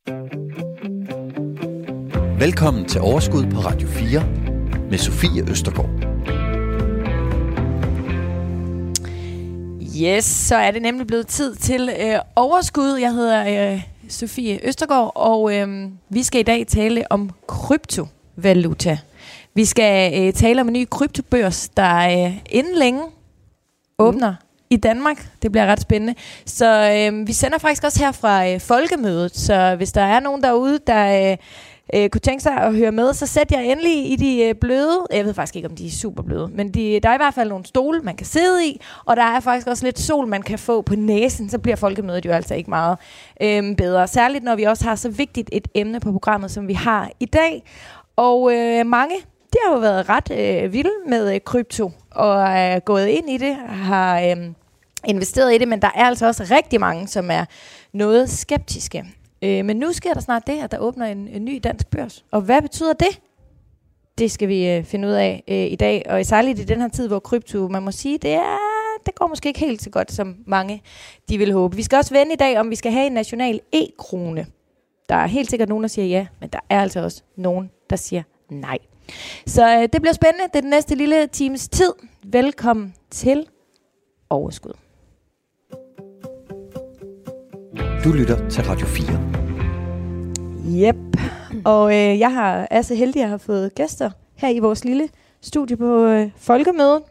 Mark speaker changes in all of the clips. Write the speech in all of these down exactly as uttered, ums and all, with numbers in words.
Speaker 1: Velkommen til Overskud på Radio fire med Sofie Østergaard.
Speaker 2: Yes, så er det nemlig blevet tid til øh, Overskud. Jeg hedder øh, Sofie Østergaard, og øh, vi skal i dag tale om kryptovaluta. Vi skal øh, tale om en ny kryptobørs, der øh, inden længe åbner mm. i Danmark. Det bliver ret spændende. Så øh, vi sender faktisk også her fra øh, Folkemødet, så hvis der er nogen derude, der... Øh, Øh, kunne tænke sig at høre med, så sæt jer endelig i de øh, bløde. Jeg ved faktisk ikke, om de er super bløde, men de, der er i hvert fald nogle stole, man kan sidde i, og der er faktisk også lidt sol, man kan få på næsen, så bliver Folkemødet jo altså ikke meget øh, bedre. Særligt når vi også har så vigtigt et emne på programmet, som vi har i dag. Og øh, mange, de har jo været ret øh, vilde med øh, krypto, og er gået ind i det, har øh, investeret i det, men der er altså også rigtig mange, som er noget skeptiske. Øh, men nu sker der snart det, at der åbner en, en ny dansk børs. Og hvad betyder det? Det skal vi øh, finde ud af øh, i dag. Og særligt i den her tid, hvor krypto, man må sige, det, er, det går måske ikke helt så godt, som mange de vil håbe. Vi skal også vende i dag, om vi skal have en national e-krone. Der er helt sikkert nogen, der siger ja, men der er altså også nogen, der siger nej. Så øh, det bliver spændende. Det er den næste lille times tid. Velkommen til Overskud.
Speaker 1: Du lytter til Radio fire.
Speaker 2: Yep. Og øh, jeg har, er så heldig, at jeg har fået gæster her i vores lille studie på øh, Folkemødet.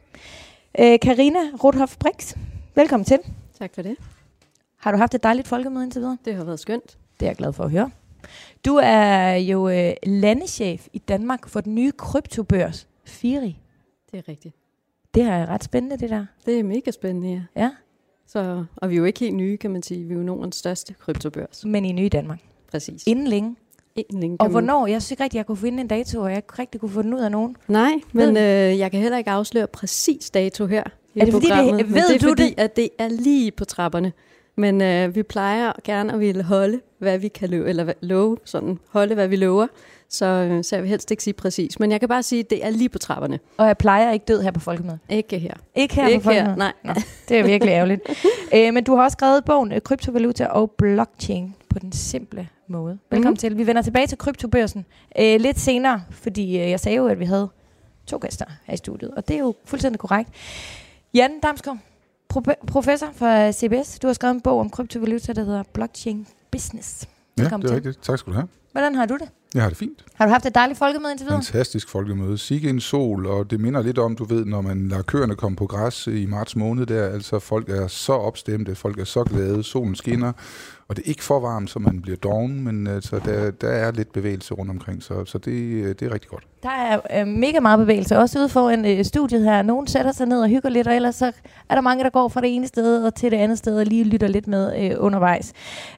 Speaker 2: Øh, Karina Rothoff Brix, velkommen til.
Speaker 3: Tak for det.
Speaker 2: Har du haft et dejligt folkemøde indtil videre?
Speaker 3: Det har været skønt.
Speaker 2: Det er jeg glad for at høre. Du er jo øh, landeschef i Danmark for den nye kryptobørs, Firi.
Speaker 3: Det er rigtigt.
Speaker 2: Det er ret spændende, det der.
Speaker 3: Det er mega spændende, ja.
Speaker 2: Ja.
Speaker 3: Så, og vi er jo ikke helt nye, kan man sige. Vi er jo Nordens største kryptobørs.
Speaker 2: Men i nye i Danmark.
Speaker 3: Præcis.
Speaker 2: Inden længe.
Speaker 3: Inden længe.
Speaker 2: Og hvornår? Jeg synes ikke rigtig, jeg kunne finde en dato, og jeg ikke rigtig kunne få den ud af nogen.
Speaker 3: Nej, men øh, jeg kan heller ikke afsløre præcis dato her i
Speaker 2: er det,
Speaker 3: programmet.
Speaker 2: Fordi det, ved
Speaker 3: men det er
Speaker 2: du
Speaker 3: fordi,
Speaker 2: det?
Speaker 3: at det er lige på trapperne. Men øh, vi plejer gerne at ville holde, hvad vi kan løbe, eller hvad, love, sådan holde, hvad vi lover. Så, øh, så jeg vil helst ikke sige præcis. Men jeg kan bare sige, at det er lige på trapperne.
Speaker 2: Og jeg plejer ikke død her på Folkemødet?
Speaker 3: Ikke her.
Speaker 2: Ikke her
Speaker 3: ikke
Speaker 2: på Folkemødet?
Speaker 3: Her, nej.
Speaker 2: Nå, det er virkelig ærgerligt. Æ, men du har også skrevet bogen Kryptovaluta og blockchain på den simple måde. Velkommen mm. til. Vi vender tilbage til kryptobørsen øh, lidt senere, fordi øh, jeg sagde jo, at vi havde to gæster her i studiet. Og det er jo fuldstændig korrekt. Jan Damsgaard, pro- professor fra C B S. Du har skrevet en bog om kryptovaluta, der hedder Blockchain Business.
Speaker 4: Velkommen ja, det er til. Rigtigt. Tak skal du have.
Speaker 2: Hvordan har du det?
Speaker 4: Jeg har det fint.
Speaker 2: Har du haft et dejligt folkemøde indtil videre?
Speaker 4: Fantastisk folkemøde. Sikke en sol, og det minder lidt om, du ved, når man lader køerne komme på græs i marts måned der. Altså folk er så opstemte, folk er så glade, solen skinner, og det er ikke for varmt, så man bliver doven, men altså, der, der er lidt bevægelse rundt omkring, så, så det, det er rigtig godt. Der
Speaker 2: er øh, mega meget bevægelse, også ude foran øh, studiet her. Nogen sætter sig ned og hygger lidt, og ellers så er der mange, der går fra det ene sted og til det andet sted og lige lytter lidt med øh, undervejs.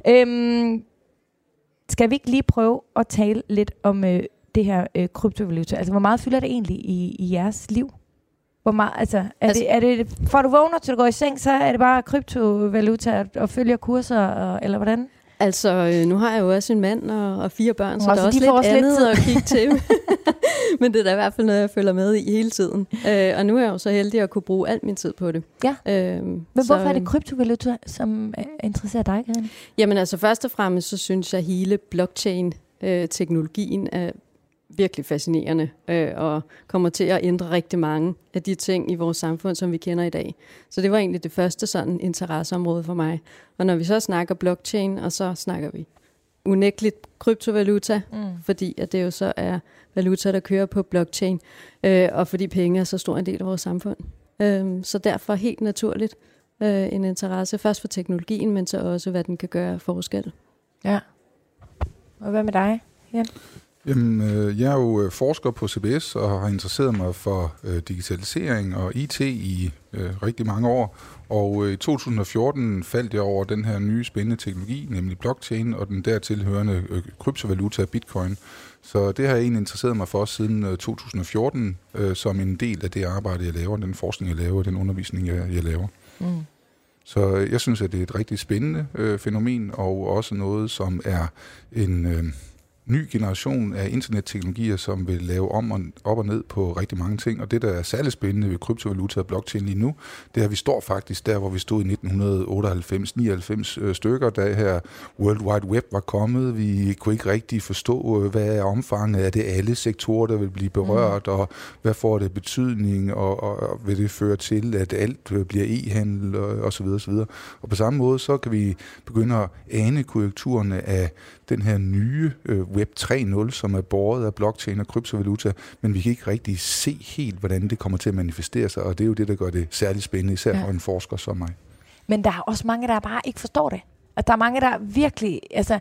Speaker 2: Øhm, Skal vi ikke lige prøve at tale lidt om øh, det her øh, kryptovaluta? Altså, hvor meget fylder det egentlig i, i jeres liv? Hvor meget, altså, er, altså, det, er det, for du vågner til du går i seng, så er det bare kryptovaluta og, og følger kurser, og, eller hvordan?
Speaker 3: Altså, øh, nu har jeg jo også en mand og, og fire børn, så
Speaker 2: også,
Speaker 3: der er også
Speaker 2: de
Speaker 3: lidt
Speaker 2: også
Speaker 3: andet
Speaker 2: lidt
Speaker 3: at kigge til. Men det er da i hvert fald noget, jeg følger med i hele tiden. Øh, og nu er jeg jo så heldig at kunne bruge al min tid på det.
Speaker 2: Ja.
Speaker 3: Øh,
Speaker 2: Men hvorfor så, er det kryptovaluta, som øh, interesserer dig, Karine?
Speaker 3: Jamen altså, først og fremmest, så synes jeg, at hele blockchain-teknologien er virkelig fascinerende, øh, og kommer til at ændre rigtig mange af de ting i vores samfund, som vi kender i dag. Så det var egentlig det første sådan interesseområde for mig. Og når vi så snakker blockchain, og så snakker vi unægteligt kryptovaluta, mm. fordi at det jo så er valuta, der kører på blockchain, øh, og fordi penge er så stor en del af vores samfund. Øh, så derfor helt naturligt øh, en interesse, først for teknologien, men så også, hvad den kan gøre forskel.
Speaker 2: Ja. Og hvad med dig, Jan?
Speaker 4: Jamen, øh, jeg er jo forsker på C B S og har interesseret mig for øh, digitalisering og I T i øh, rigtig mange år. Og øh, i to tusind og fjorten faldt jeg over den her nye spændende teknologi, nemlig blockchain og den dertilhørende øh, kryptovaluta bitcoin. Så det har jeg egentlig interesseret mig for siden øh, to tusind og fjorten øh, som en del af det arbejde, jeg laver, den forskning, jeg laver, den undervisning, jeg, jeg laver. Mm. Så øh, jeg synes, at det er et rigtig spændende øh, fænomen, og også noget, som er en... Øh, ny generation af internetteknologier, som vil lave om og, op og ned på rigtig mange ting. Og det, der er særligt spændende ved kryptovaluta og blockchain lige nu, det er, at vi står faktisk der, hvor vi stod i nitten otteoghalvfems nioghalvfems øh, stykker, da her World Wide Web var kommet. Vi kunne ikke rigtig forstå, øh, hvad er omfanget af det alle sektorer, der vil blive berørt, mm. og hvad får det betydning, og, og, og vil det føre til, at alt øh, bliver e-handel, og, og så videre, og så videre. Og på samme måde, så kan vi begynde at ane korrekturerne af den her nye øh, Web tre punkt nul, som er båret af blockchain og kryptovaluta, men vi kan ikke rigtig se helt, hvordan det kommer til at manifestere sig, og det er jo det, der gør det særligt spændende, især ja. for en forsker som mig.
Speaker 2: Men der er også mange, der bare ikke forstår det. At der er mange, der virkelig, altså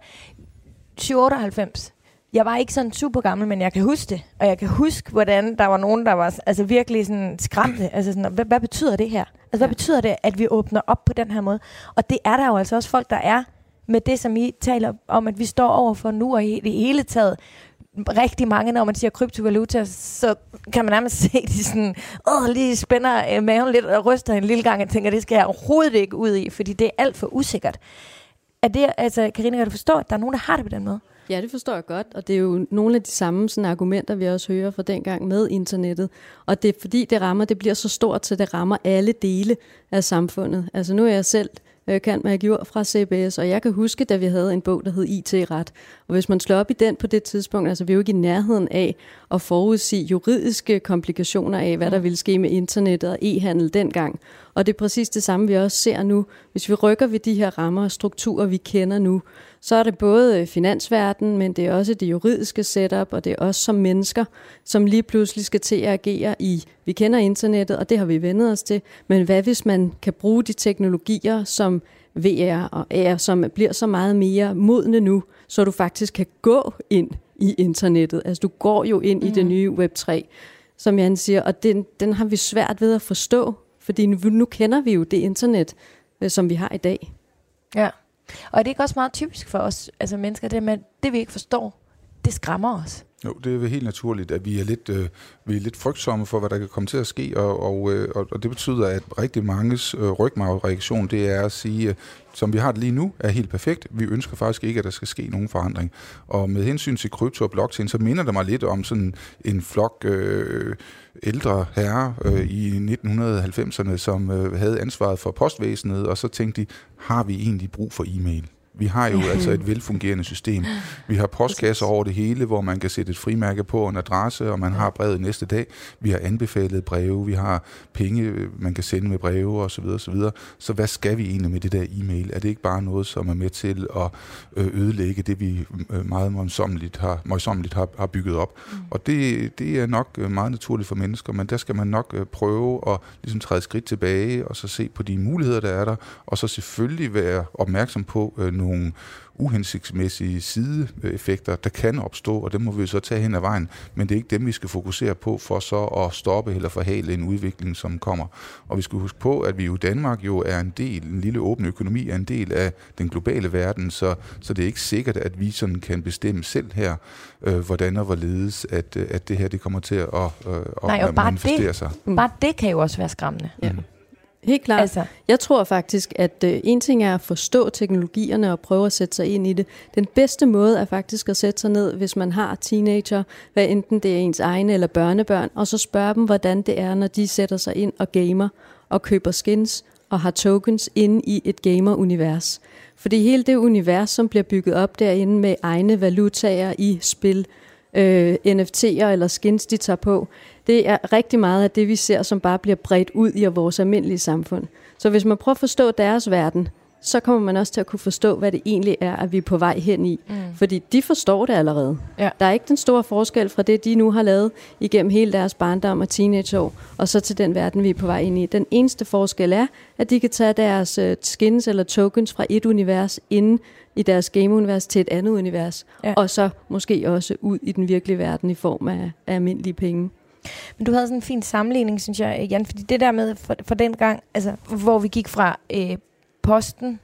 Speaker 2: syv otteoghalvfems, jeg var ikke sådan super gammel, men jeg kan huske det, og jeg kan huske, hvordan der var nogen, der var altså virkelig sådan skræmte. Altså sådan, hvad, hvad betyder det her? Altså hvad ja. betyder det, at vi åbner op på den her måde? Og det er der jo altså også folk, der er med det, som I taler om, at vi står overfor nu, og i det hele taget rigtig mange, når man siger kryptovaluta, så kan man nærmest se, de sådan, åh, lige spænder øh, maven lidt og ryster en lille gang, og tænker, det skal jeg overhovedet ikke ud i, fordi det er alt for usikkert. Er det, altså, Karina, kan du forstå, at der er nogen, der har det på den måde?
Speaker 3: Ja, det forstår jeg godt, og det er jo nogle af de samme sådan, argumenter, vi også hører fra dengang med internettet. Og det er fordi, det rammer, det bliver så stort, så det rammer alle dele af samfundet. Altså nu er jeg selv kan man have gjort fra C B S, og jeg kan huske, da vi havde en bog, der hed I T-ret. Og hvis man slår op i den på det tidspunkt, altså vi er jo ikke i nærheden af at forudsige juridiske komplikationer af, hvad der ville ske med internettet og e-handel dengang. Og det er præcis det samme, vi også ser nu. Hvis vi rykker ved de her rammer og strukturer, vi kender nu, så er det både finansverdenen, men det er også det juridiske setup, og det er også som mennesker, som lige pludselig skal til at agere i, vi kender internettet, og det har vi vendet os til, men hvad hvis man kan bruge de teknologier, som V R og A R, som bliver så meget mere modne nu, så du faktisk kan gå ind i internettet. Altså du går jo ind mm. i det nye Web tre, som Jan siger, og den, den har vi svært ved at forstå, fordi nu, nu kender vi jo det internet, som vi har i dag.
Speaker 2: Ja. Og er det ikke også meget typisk for os, altså mennesker, det med, det vi ikke forstår, det skræmmer os?
Speaker 4: Jo, det er helt naturligt, at vi er lidt, øh, vi er lidt frygtsomme for, hvad der kan komme til at ske, og, og, øh, og det betyder, at rigtig manges øh, rygmarvreaktion, det er at sige, øh, som vi har det lige nu, er helt perfekt. Vi ønsker faktisk ikke, at der skal ske nogen forandring. Og med hensyn til krypto og blockchain, så minder det mig lidt om sådan en flok øh, ældre herrer øh, i nitten halvfemserne, som øh, havde ansvaret for postvæsenet, og så tænkte de, har vi egentlig brug for e-mail? Vi har jo altså et velfungerende system. Vi har postkasser over det hele, hvor man kan sætte et frimærke på en adresse, og man har brevet næste dag. Vi har anbefalet breve, vi har penge, man kan sende med breve osv. osv. Så hvad skal vi egentlig med det der e-mail? Er det ikke bare noget, som er med til at ødelægge det, vi meget møjsommeligt har, møjsommeligt har, har bygget op? Mm. Og det, det er nok meget naturligt for mennesker, men der skal man nok prøve at ligesom træde skridt tilbage, og så se på de muligheder, der er der, og så selvfølgelig være opmærksom på nogle nogle uhensigtsmæssige sideeffekter, der kan opstå, og dem må vi så tage hen ad vejen, men det er ikke dem, vi skal fokusere på for så at stoppe eller forhale en udvikling, som kommer. Og vi skal huske på, at vi jo i Danmark jo er en del, en lille åben økonomi er en del af den globale verden, så, så det er ikke sikkert, at vi sådan kan bestemme selv her, øh, hvordan og hvorledes, at, at det her det kommer til at, øh,
Speaker 2: Nej,
Speaker 4: at manifestere
Speaker 2: det,
Speaker 4: sig.
Speaker 2: Bare det kan jo også være skræmmende.
Speaker 3: Ja. Helt klart. Altså. Jeg tror faktisk, at øh, en ting er at forstå teknologierne og prøve at sætte sig ind i det. Den bedste måde er faktisk at sætte sig ned, hvis man har teenager, hvad enten det er ens egne eller børnebørn, og så spørge dem, hvordan det er, når de sætter sig ind og gamer og køber skins og har tokens inde i et gamer-univers. Fordi hele det univers, som bliver bygget op derinde med egne valutaer i spil, øh, N F T'er eller skins, de tager på, det er rigtig meget af det, vi ser, som bare bliver bredt ud i vores almindelige samfund. Så hvis man prøver at forstå deres verden, så kommer man også til at kunne forstå, hvad det egentlig er, at vi er på vej hen i. Mm. Fordi de forstår det allerede. Ja. Der er ikke den store forskel fra det, de nu har lavet igennem hele deres barndom og teenageår, og så til den verden, vi er på vej ind i. Den eneste forskel er, at de kan tage deres uh, skins eller tokens fra et univers inden i deres gameunivers til et andet univers, ja. Og så måske også ud i den virkelige verden i form af, af almindelige penge.
Speaker 2: Men du havde sådan en fin sammenligning, synes jeg, Jan, fordi det der med for, for den gang, altså, hvor vi gik fra øh, posten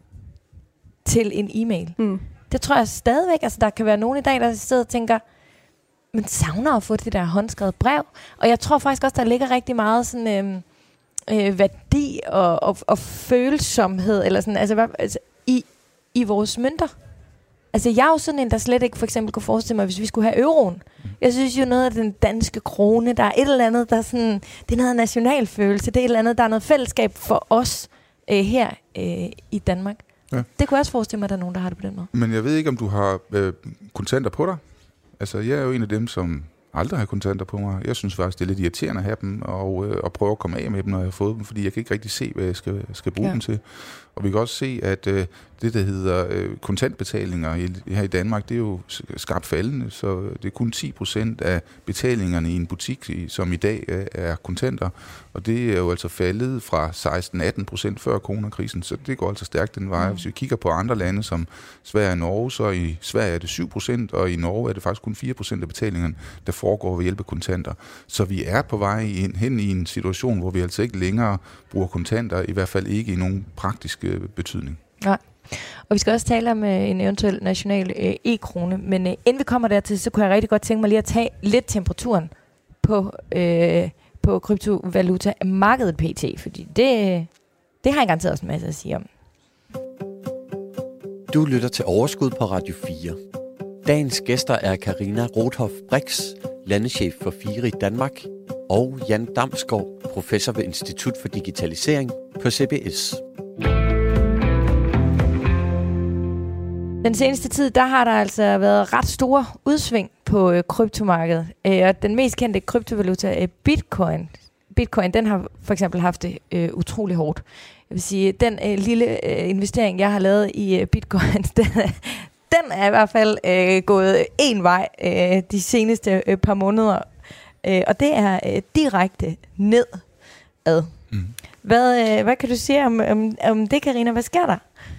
Speaker 2: til en e-mail, mm. det tror jeg stadigvæk, altså der kan være nogen i dag, der sidder og tænker, man savner at få det der håndskrevet brev, og jeg tror faktisk også, der ligger rigtig meget sådan øh, øh, værdi og, og, og følsomhed, eller sådan, altså, altså i, i vores mønter. Altså, jeg er jo sådan en, der slet ikke for eksempel kunne forestille mig, hvis vi skulle have euroen. Jeg synes jo noget af den danske krone, der er et eller andet, der sådan, det er noget nationalfølelse, det er et eller andet, der er noget fællesskab for os øh, her øh, i Danmark. Ja. Det kunne jeg også forestille mig, at der er nogen, der har det på den måde.
Speaker 4: Men jeg ved ikke, om du har øh, kontanter på dig. Altså, jeg er jo en af dem, som aldrig har kontanter på mig. Jeg synes faktisk, det er lidt irriterende at have dem, og, øh, og prøve at komme af med dem, når jeg har fået dem, fordi jeg kan ikke rigtig se, hvad jeg skal, skal bruge ja. dem til. Og vi kan også se, at øh, det, der hedder øh, kontantbetalinger i, her i Danmark, det er jo skarpt faldende, så det er kun ti procent af betalingerne i en butik, som i dag øh, er kontanter, og det er jo altså faldet fra seksten til atten procent før coronakrisen, så det går altså stærkt den vej. Mm. Hvis vi kigger på andre lande som Sverige og Norge, så i Sverige er det syv procent, og i Norge er det faktisk kun fire procent af betalingerne, der foregår ved hjælp af kontanter. Så vi er på vej ind, hen i en situation, hvor vi altså ikke længere bruger kontanter, i hvert fald ikke i nogen praktisk betydning.
Speaker 2: Nej. Og vi skal også tale om øh, en eventuel national øh, e-krone, men øh, inden vi kommer dertil, så kunne jeg rigtig godt tænke mig lige at tage lidt temperaturen på, øh, på kryptovaluta-markedet P T, fordi det, det har jeg garanteret også en masse at sige om.
Speaker 1: Du lytter til Overskud på Radio fire. Dagens gæster er Karina Rothoff Brix, landeschef for FIRI i Danmark, og Jan Damsgaard, professor ved Institut for Digitalisering på C B S.
Speaker 2: Den seneste tid, der har der altså været ret store udsving på øh, kryptomarkedet. Øh, og den mest kendte kryptovaluta, øh, Bitcoin, Bitcoin, den har for eksempel haft det øh, utrolig hårdt. Jeg vil sige, den øh, lille øh, investering, jeg har lavet i øh, Bitcoin, den, den er i hvert fald øh, gået en vej øh, de seneste øh, par måneder. Øh, og det er øh, direkte nedad. Mm. Hvad, øh, hvad kan du sige om, om, om det, Karina? Hvad sker der?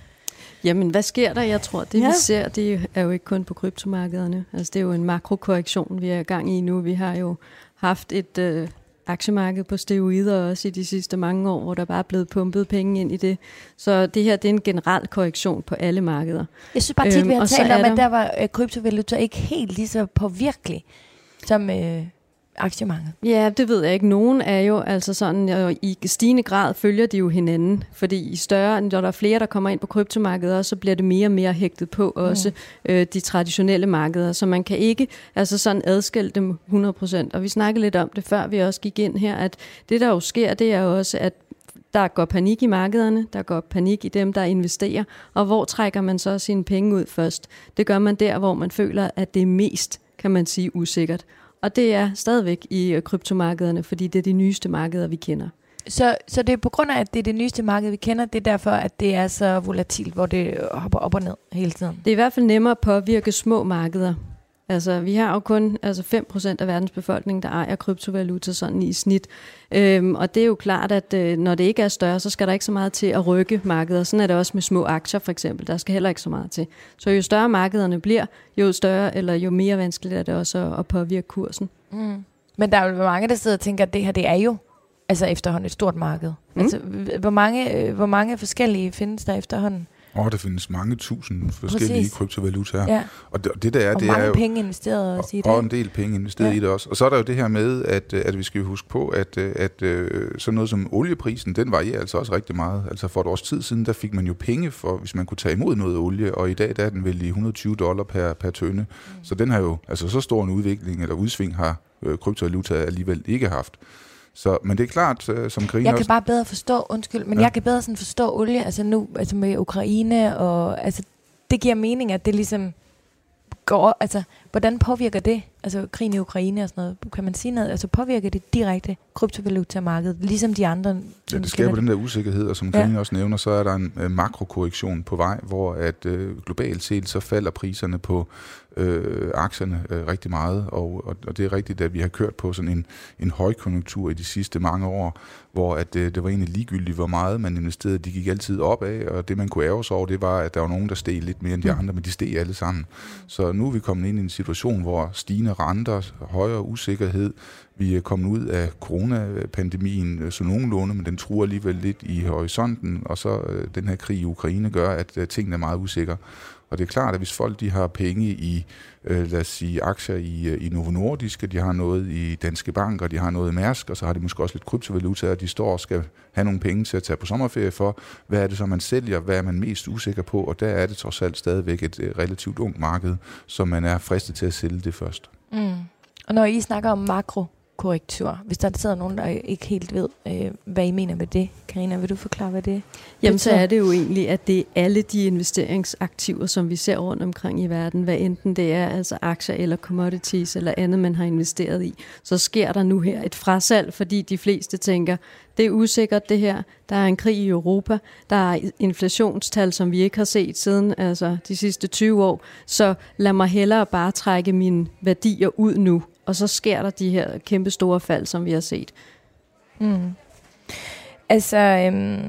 Speaker 3: Jamen, hvad sker der? Jeg tror, det ja. vi ser, det er jo ikke kun på kryptomarkederne. Altså, det er jo en makrokorrektion, vi er i gang i nu. Vi har jo haft et øh, aktiemarked på steroider også i de sidste mange år, hvor der bare er blevet pumpet penge ind i det. Så det her, det er en generel korrektion på alle markeder.
Speaker 2: Jeg synes bare tit, vi har øhm, talt om, at der var øh, kryptovaluta ikke helt lige så påvirkelig som øh, aktiemarkedet.
Speaker 3: Ja, det ved jeg ikke. Nogen er jo altså sådan, og i stigende grad følger de jo hinanden, fordi i større, når der er flere, der kommer ind på kryptomarkedet, så bliver det mere og mere hægtet på også mm. øh, de traditionelle markeder, så man kan ikke altså sådan adskille dem hundrede procent. Og vi snakkede lidt om det, før vi også gik ind her, at det, der jo sker, det er jo også, at der går panik i markederne, der går panik i dem, der investerer, og hvor trækker man så sine penge ud først? Det gør man der, hvor man føler, at det er mest, kan man sige, usikkert. Og det er stadigvæk i kryptomarkederne, fordi det er de nyeste markeder, vi kender.
Speaker 2: Så, så det er på grund af, at det er det nyeste marked, vi kender, det er derfor, at det er så volatilt, hvor det hopper op og ned hele tiden?
Speaker 3: Det er i hvert fald nemmere at påvirke små markeder. Altså, vi har jo kun altså fem procent af verdens befolkning, der ejer kryptovaluta sådan i snit. Øhm, og det er jo klart, at øh, når det ikke er større, så skal der ikke så meget til at rykke markeder. Sådan er det også med små aktier for eksempel. Der skal heller ikke så meget til. Så jo større markederne bliver, jo større eller jo mere vanskeligt er det også at, at påvirke kursen.
Speaker 2: Mm. Men der er jo mange, der sidder og tænker, at det her det er jo altså efterhånden et stort marked. Mm. Altså, hvor mange, hvor mange forskellige findes der efterhånden?
Speaker 4: Og oh, der findes mange tusind forskellige Præcis. kryptovalutaer.
Speaker 2: Ja.
Speaker 4: Og det, det der er,
Speaker 2: og
Speaker 4: det
Speaker 2: mange
Speaker 4: er jo,
Speaker 2: penge investeret også i det.
Speaker 4: Og en del penge investeret ja. i det også. Og så er der jo det her med, at, at vi skal huske på, at, at, at sådan noget som olieprisen, den varierer altså også rigtig meget. Altså for et års tid siden, der fik man jo penge for, hvis man kunne tage imod noget olie, og i dag der er den vel i et hundrede og tyve dollar per, per tønde. Mm. Så den har jo, altså så stor en udvikling, eller udsving har øh, kryptovalutaer alligevel ikke haft. Så, men det er klart, uh, som Karina
Speaker 2: Jeg kan
Speaker 4: også...
Speaker 2: bare bedre forstå, undskyld, men ja. jeg kan bedre sådan forstå olie, altså nu, altså med Ukraine, og altså det giver mening, at det ligesom går, altså hvordan påvirker det, altså krigen i Ukraine og sådan noget, kan man sige noget, altså påvirker det direkte kryptovalutamarkedet, ligesom de andre?
Speaker 4: Ja, det skaber den der usikkerhed, og som Karina ja. også nævner, så er der en uh, makrokorrektion på vej, hvor at uh, globalt set, så falder priserne på Øh, aktierne øh, rigtig meget, og, og, og det er rigtigt, at vi har kørt på sådan en, en højkonjunktur i de sidste mange år, hvor at, øh, det var egentlig ligegyldigt, hvor meget man investerede. De gik altid opad, og det man kunne ærge sig over, det var, at der var nogen, der steg lidt mere end de andre, men de steg alle sammen. Så nu er vi kommet ind i en situation, hvor stigende renter, højere usikkerhed, vi er kommet ud af coronapandemien så nogenlunde, men den truer alligevel lidt i horisonten, og så øh, den her krig i Ukraine gør, at øh, tingene er meget usikre. Og det er klart, at hvis folk de har penge i, øh, lad os sige, aktier i, i Novo Nordisk, de har noget i Danske Bank, og de har noget i Mærsk, og så har de måske også lidt kryptovaluta, og de står og skal have nogle penge til at tage på sommerferie for. Hvad er det så, man sælger? Hvad er man mest usikker på? Og der er det trods alt stadigvæk et øh, relativt ungt marked, så man er fristet til at sælge det først.
Speaker 2: Mm. Og når I snakker om makrokorrektur, hvis der sidder nogen, der ikke helt ved, øh, hvad I mener med det, Karina, vil du forklare, hvad det
Speaker 3: Jamen, så er det jo egentlig, at det er alle de investeringsaktiver, som vi ser rundt omkring i verden, hvad enten det er altså aktier eller commodities eller andet, man har investeret i, så sker der nu her et frasalg, fordi de fleste tænker, det er usikkert det her, der er en krig i Europa, der er inflationstal, som vi ikke har set siden altså de sidste tyve år, så lad mig hellere bare trække mine værdier ud nu, og så sker der de her kæmpe store fald, som vi har set.
Speaker 2: Mm. Altså, øhm,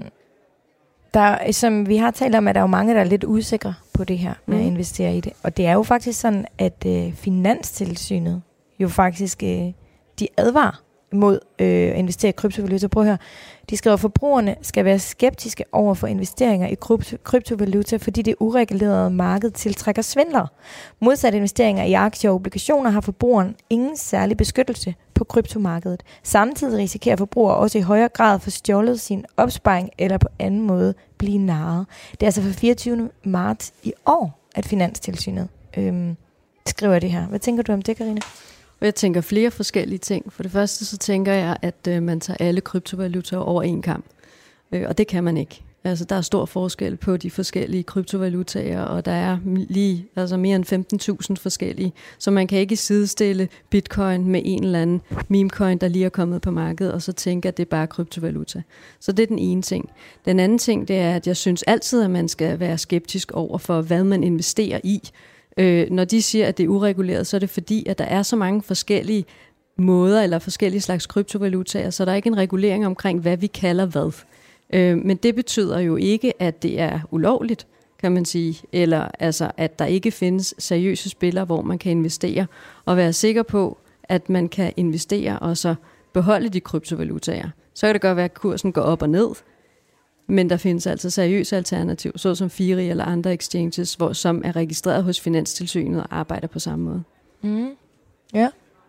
Speaker 2: der, som vi har talt om, at der er jo mange, der er lidt usikre på det her med mm. at investere i det. Og det er jo faktisk sådan, at øh, Finanstilsynet jo faktisk, øh, de advarer mod øh, at investere i kryptovaluta. Prøv at høre. De skriver, at forbrugerne skal være skeptiske over for investeringer i krypto- kryptovaluta, fordi det uregulerede marked tiltrækker svindlere. Modsat investeringer i aktier og obligationer har forbrugeren ingen særlig beskyttelse på kryptomarkedet. Samtidig risikerer forbrugere også i højere grad at få stjålet sin opsparing eller på anden måde blive narret. Det er altså fra fireogtyvende marts i år, at Finanstilsynet øhm, skriver det her. Hvad tænker du om det, Karina?
Speaker 3: Jeg tænker flere forskellige ting. For det første så tænker jeg, at øh, man tager alle kryptovalutaer over en kamp. Øh, og det kan man ikke. Altså, der er stor forskel på de forskellige kryptovalutaer, og der er lige altså mere end femten tusind forskellige. Så man kan ikke sidestille bitcoin med en eller anden memecoin, der lige er kommet på markedet, og så tænke, at det er bare kryptovaluta. Så det er den ene ting. Den anden ting, det er, at jeg synes altid, at man skal være skeptisk over for, hvad man investerer i. Øh, når de siger, at det er ureguleret, så er det fordi, at der er så mange forskellige måder eller forskellige slags kryptovalutaer, så der er ikke en regulering omkring, hvad vi kalder hvad. Øh, men det betyder jo ikke, at det er ulovligt, kan man sige, eller altså, at der ikke findes seriøse spillere, hvor man kan investere, og være sikker på, at man kan investere og så beholde de kryptovalutaer. Så kan det godt være, at kursen går op og ned, men der findes altså seriøse alternativer, såsom Firi eller andre exchanges, hvor, som er registreret hos Finanstilsynet og arbejder på samme måde.
Speaker 2: Mm. Ja.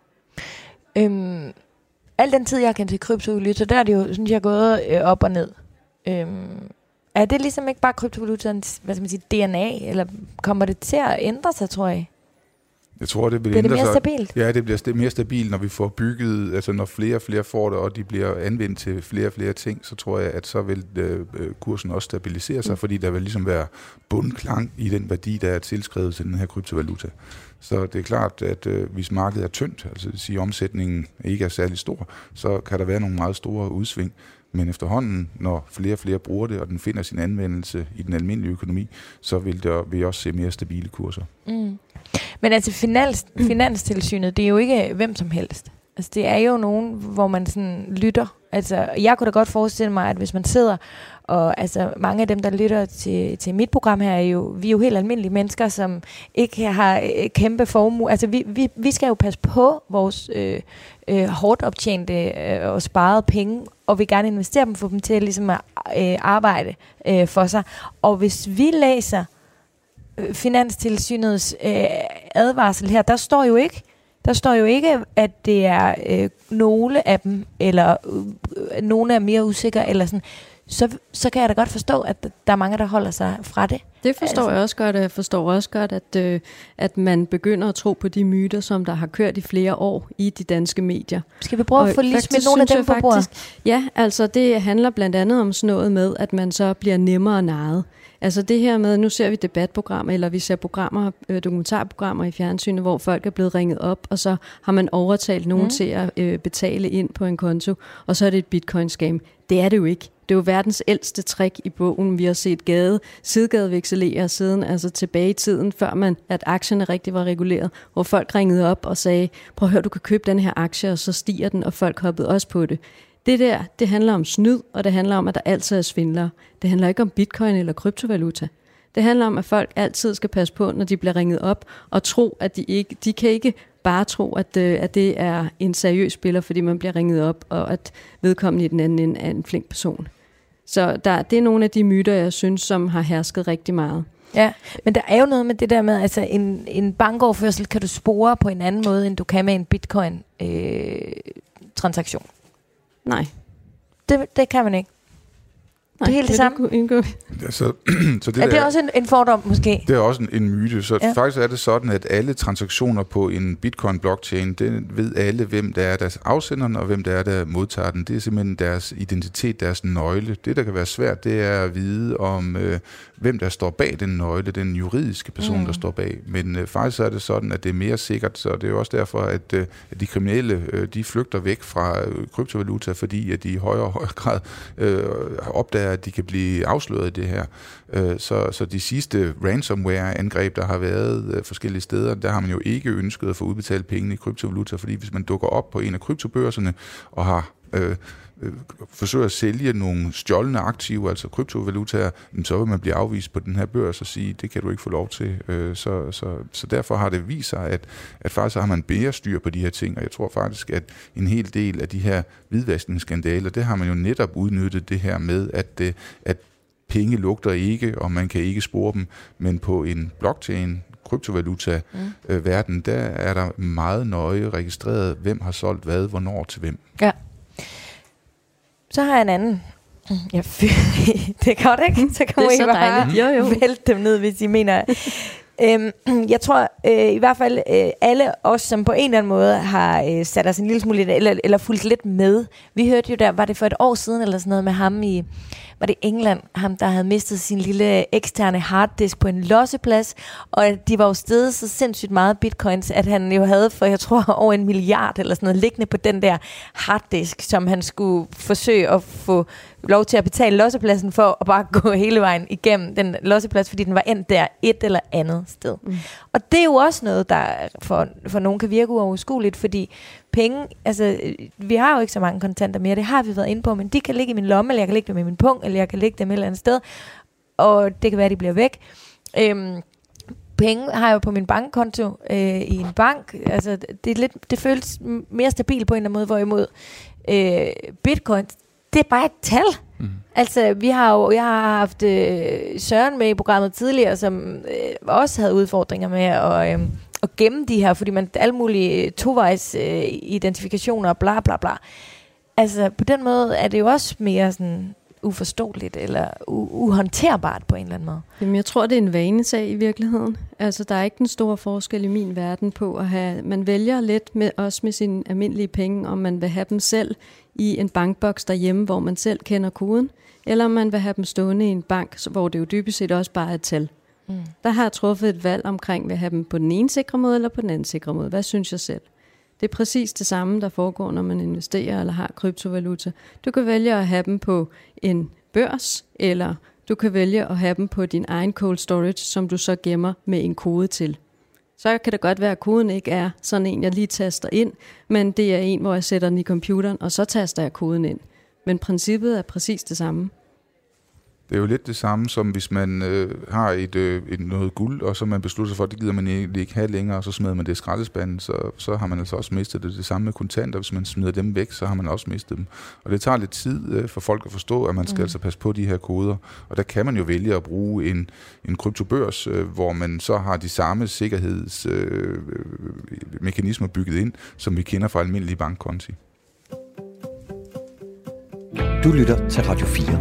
Speaker 2: Øhm, al den tid, jeg har kendt til kryptovaluta, der er det jo, synes jeg, gået øh, op og ned. Øhm, er det ligesom ikke bare kryptovalutaens, hvad skal man sige, D N A, eller kommer det til at ændre sig, tror jeg?
Speaker 4: Jeg tror, det vil
Speaker 2: bliver
Speaker 4: ændre
Speaker 2: det mere
Speaker 4: sig.
Speaker 2: stabilt?
Speaker 4: Ja, det bliver st- mere stabilt, når vi får bygget, altså når flere og flere får det, og de bliver anvendt til flere og flere ting, så tror jeg, at så vil øh, kursen også stabilisere sig, mm. fordi der vil ligesom være bundklang i den værdi, der er tilskrevet til den her kryptovaluta. Så det er klart, at øh, hvis markedet er tyndt, altså det vil sige, at omsætningen ikke er særlig stor, så kan der være nogle meget store udsving. Men efterhånden, når flere og flere bruger det, og den finder sin anvendelse i den almindelige økonomi, så vil der vil også se mere stabile kurser.
Speaker 2: Mm. Men altså finans, Finanstilsynet, det er jo ikke hvem som helst. Altså det er jo nogen, hvor man sådan lytter. Altså jeg kunne da godt forestille mig, at hvis man sidder, og altså mange af dem, der lytter til, til mit program her, er jo, vi er jo helt almindelige mennesker, som ikke har kæmpe formue. Altså vi, vi, vi skal jo passe på vores øh, øh, hårdt optjente øh, og sparede penge, og vi gerne investere dem, få dem til ligesom at øh, arbejde øh, for sig. Og hvis vi læser Finanstilsynets øh, advarsel her, der står jo ikke, der står jo ikke, at det er øh, nogle af dem, eller øh, nogle er mere usikre, eller sådan. Så, så kan jeg da godt forstå, at der er mange, der holder sig fra det.
Speaker 3: Det forstår
Speaker 2: altså.
Speaker 3: jeg også godt, og jeg forstår også godt, at, øh, at man begynder at tro på de myter, som der har kørt i flere år i de danske medier.
Speaker 2: Skal vi prøve og at få lige smidt nogle af dem på bordet?
Speaker 3: Ja, altså det handler blandt andet om sådan noget med, at man så bliver nemmere narret. Altså det her med, nu ser vi debatprogrammer, eller vi ser programmer, øh, dokumentarprogrammer i fjernsynet, hvor folk er blevet ringet op, og så har man overtalt nogen mm. til at øh, betale ind på en konto, og så er det et bitcoin-scam. Det er det jo ikke. Det er jo verdens ældste trick i bogen. Vi har set gade, sidegadevekselere siden, altså tilbage i tiden, før man, at aktierne rigtig var reguleret, hvor folk ringede op og sagde, prøv at høre, du kan købe den her aktie, og så stiger den, og folk hoppede også på det. Det der, det handler om snyd, og det handler om, at der altid er svindlere. Det handler ikke om bitcoin eller kryptovaluta. Det handler om, at folk altid skal passe på, når de bliver ringet op, og tro, at de ikke, de kan ikke bare tro, at, at det er en seriøs spiller, fordi man bliver ringet op, og at vedkommende i den anden ende er en flink person. Så der, det er nogle af de myter, jeg synes, som har hersket rigtig meget.
Speaker 2: Ja, men der er jo noget med det der med, altså en, en bankoverførsel kan du spore på en anden måde, end du kan med en bitcoin-transaktion.
Speaker 3: Øh, Nej.
Speaker 2: Det, det kan man ikke.
Speaker 3: Nej,
Speaker 2: det er helt det samme.
Speaker 4: Ja, så, så det
Speaker 2: er det
Speaker 4: er
Speaker 2: også en, en fordom, måske?
Speaker 4: Det er også en, en myte. Så
Speaker 2: ja.
Speaker 4: faktisk er det sådan, at alle transaktioner på en bitcoin-blockchain, det ved alle, hvem der er deres afsenderen, og hvem der er, der modtager den. Det er simpelthen deres identitet, deres nøgle. Det, der kan være svært, det er at vide om, øh, hvem der står bag den nøgle, den juridiske person, mm. der står bag. Men øh, faktisk er det sådan, at det er mere sikkert, så det er jo også derfor, at, øh, at de kriminelle, øh, de flygter væk fra øh, kryptovaluta, fordi at de i højere og højere grad øh, opdager, at de kan blive afsløret i det her. Øh, så, så de sidste ransomware-angreb, der har været øh, forskellige steder, der har man jo ikke ønsket at få udbetalt pengene i kryptovaluta, fordi hvis man dukker op på en af kryptobørserne og har øh, øh, forsøger at sælge nogle stjålne aktiver, altså kryptovalutaer, så vil man blive afvist på den her børs og sige, det kan du ikke få lov til. Øh, så, så, så derfor har det vist sig, at, at faktisk har man bedre styr på de her ting, og jeg tror faktisk, at en hel del af de her hvidvaskningsskandaler, det har man jo netop udnyttet det her med, at, at penge lugter ikke, og man kan ikke spore dem, men på en blockchain, kryptovaluta-verden, mm. der er der meget nøje registreret, hvem har solgt hvad, hvornår til hvem.
Speaker 2: Ja. Så har jeg en anden. Ja, det er godt, ikke? Så kan I bare
Speaker 3: jo, jo.
Speaker 2: vælte dem ned, hvis I mener. øhm, jeg tror øh, i hvert fald, øh, alle os, som på en eller anden måde har øh, sat os en lille smule, eller, eller fulgt lidt med. Vi hørte jo der, var det for et år siden, eller sådan noget med ham i, var det England, ham der havde mistet sin lille eksterne harddisk på en losseplads, og de var jo steget så sindssygt meget bitcoins, at han jo havde for, jeg tror, over en milliard eller sådan noget, liggende på den der harddisk, som han skulle forsøge at få lov til at betale lossepladsen for, og bare gå hele vejen igennem den losseplads, fordi den var endt der et eller andet sted. Mm. Og det er jo også noget, der for, for nogen kan virke uoverskueligt, fordi penge, altså vi har jo ikke så mange kontanter mere, det har vi været inde på, men de kan ligge i min lomme, eller jeg kan ligge dem i min pung, eller jeg kan ligge dem et eller andet sted, og det kan være, at de bliver væk. Øhm, penge har jeg jo på min bankkonto øh, i en bank, altså det, er lidt, det føles mere stabilt på en eller anden måde, hvorimod øh, bitcoin, det er bare et tal. Mm. Altså, vi har jo, jeg har haft øh, Søren med i programmet tidligere, som øh, også havde udfordringer med at, øh, at gemme de her, fordi man alle mulige tovejs øh, identifikationer og bla bla bla. Altså, på den måde er det jo også mere sådan uforståeligt eller u- uhåndterbart på en eller anden måde.
Speaker 3: Jamen, jeg tror, det er en vanesag i virkeligheden. Altså, der er ikke den store forskel i min verden på at have, man vælger lidt med, også med sine almindelige penge, om man vil have dem selv i en bankboks derhjemme, hvor man selv kender koden, eller om man vil have dem stående i en bank, hvor det jo dybest set også bare er et tal. Mm. Der har jeg truffet et valg omkring, vil have dem på den ene sikre måde, eller på den anden sikre måde. Hvad synes jeg selv? Det er præcis det samme, der foregår, når man investerer eller har kryptovaluta. Du kan vælge at have dem på en børs, eller du kan vælge at have dem på din egen cold storage, som du så gemmer med en kode til. Så kan det godt være, at koden ikke er sådan en, jeg lige taster ind, men det er en, hvor jeg sætter den i computeren, og så taster jeg koden ind. Men princippet er præcis det samme.
Speaker 4: Det er jo lidt det samme, som hvis man øh, har et, øh, et noget guld, og så man beslutter sig for, at det gider man ikke have længere, og så smider man det i skraldespanden, så, så har man altså også mistet det. Det samme med kontanter. Hvis man smider dem væk, så har man også mistet dem. Og det tager lidt tid øh, for folk at forstå, at man skal mm. altså passe på de her koder. Og der kan man jo vælge at bruge en, en kryptobørs, øh, hvor man så har de samme sikkerhedsmekanismer øh, bygget ind, som vi kender fra almindelige bankkonti.
Speaker 1: Du lytter til Radio fire.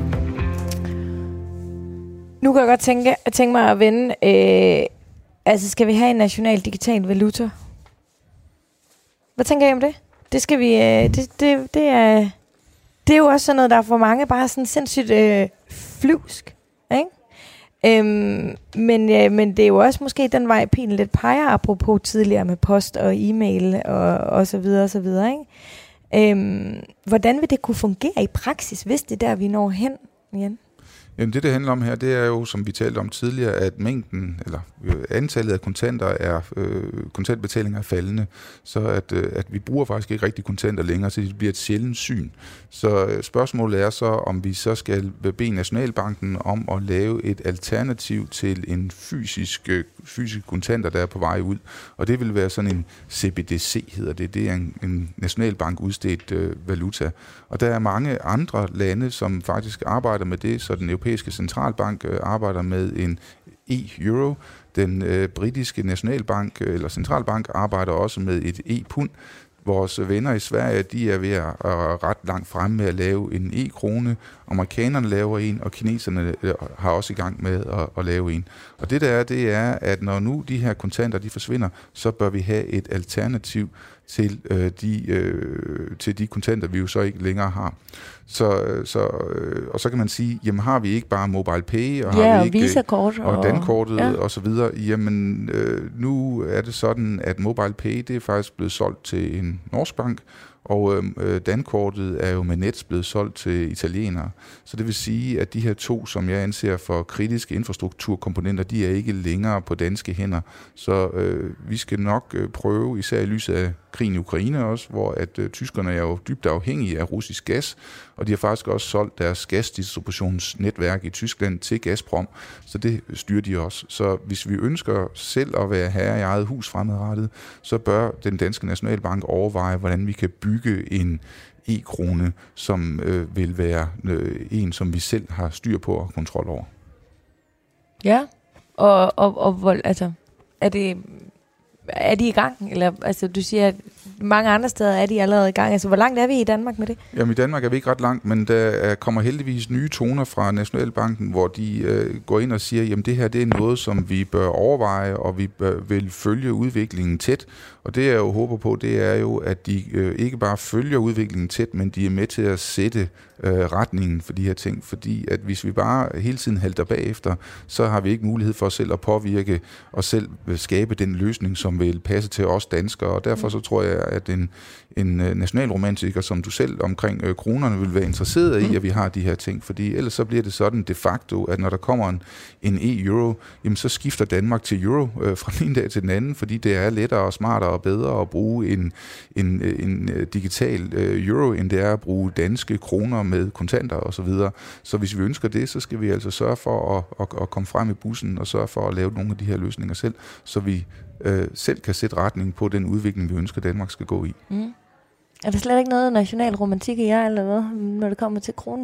Speaker 2: Nu kan jeg godt tænke, tænke mig at vende, øh, altså skal vi have en national digital valuta? Hvad tænker I om det? Det skal vi, øh, det, det, det, er, det er jo også sådan noget, der er for mange bare sådan sindssygt øh, flyvsk, ikke? Øhm, men, øh, men det er jo også måske den vej, pilen lidt peger, apropos tidligere med post og e-mail og, og så videre og så videre, ikke? Øhm, hvordan vil det kunne fungere i praksis, hvis det er der, vi når hen igen?
Speaker 4: Jamen det, det handler om her, det er jo, som vi talte om tidligere, at mængden, eller øh, antallet af kontanter er, øh, kontantbetalinger er faldende, så at, øh, at vi bruger faktisk ikke rigtig kontanter længere, så det bliver et sjældent syn. Så øh, spørgsmålet er så, om vi så skal bede Nationalbanken om at lave et alternativ til en fysisk, øh, fysisk kontanter, der er på vej ud. Og det vil være sådan en C B D C, hedder det. Det er en, en Nationalbank udstedt øh, valuta. Og der er mange andre lande, som faktisk arbejder med det, så den europæiske centralbank øh, arbejder med en e-euro. Den øh, britiske nationalbank eller centralbank arbejder også med et e-pund. Vores venner i Sverige, de er ved at ret langt fremme med at lave en e-krone. Amerikanerne laver en, og kineserne har også i gang med at, at lave en. Og det der er, det er, at når nu de her kontanter, de forsvinder, så bør vi have et alternativ til, øh, de, øh, til de kontanter, vi jo så ikke længere har. Så, så, øh, og så kan man sige, jamen har vi ikke bare MobilePay, og
Speaker 2: ja,
Speaker 4: har vi ikke
Speaker 2: Visa-kort
Speaker 4: og, og dankortet
Speaker 2: ja.
Speaker 4: og så videre. Jamen øh, nu er det sådan, at MobilePay, det er faktisk blevet solgt til en norsk bank, og øh, dankortet er jo med Nets blevet solgt til italienere. Så det vil sige, at de her to, som jeg anser for kritiske infrastrukturkomponenter, de er ikke længere på danske hænder. Så øh, vi skal nok øh, prøve, især i lyset af krigen i Ukraine også, hvor at øh, tyskerne er jo dybt afhængige af russisk gas, og de har faktisk også solgt deres gasdistributionsnetværk i Tyskland til Gazprom, så det styrer de også. Så hvis vi ønsker selv at være herre i eget hus fremadrettet, så bør den danske nationalbank overveje, hvordan vi kan bygge en e-krone, som øh, vil være øh, en, som vi selv har styr på og kontrol over.
Speaker 2: Ja, og, og, og hvor, altså, er det... Er de i gang? Eller, altså, du siger, at mange andre steder er de allerede i gang. Altså, hvor langt er vi i Danmark med det?
Speaker 4: Jamen, i Danmark er vi ikke ret langt, men der kommer heldigvis nye toner fra Nationalbanken, hvor de øh, går ind og siger, jamen det her det er noget, som vi bør overveje, og vi bør, vil følge udviklingen tæt. Og det jeg jo håber på, det er jo, at de øh, ikke bare følger udviklingen tæt, men de er med til at sætte øh, retningen for de her ting. Fordi at hvis vi bare hele tiden halter bagefter, så har vi ikke mulighed for selv at påvirke og selv skabe den løsning, som vil passe til os danskere. Og derfor så tror jeg, at en, en nationalromantiker som du selv omkring øh, kronerne vil være interesseret i, at vi har de her ting. Fordi ellers så bliver det sådan de facto, at når der kommer en, en e-euro, jamen så skifter Danmark til euro øh, fra den ene dag til den anden, fordi det er lettere og smartere og bedre at bruge en, en, en digital øh, euro, end det er at bruge danske kroner med kontanter osv. Så, videre. Så hvis vi ønsker det, så skal vi altså sørge for at, at, at komme frem i bussen og sørge for at lave nogle af de her løsninger selv, så vi øh, selv kan sætte retning på den udvikling, vi ønsker, Danmark skal gå i. Mm.
Speaker 2: Er der slet ikke noget national romantik i jer, eller hvad, når det kommer til kronen?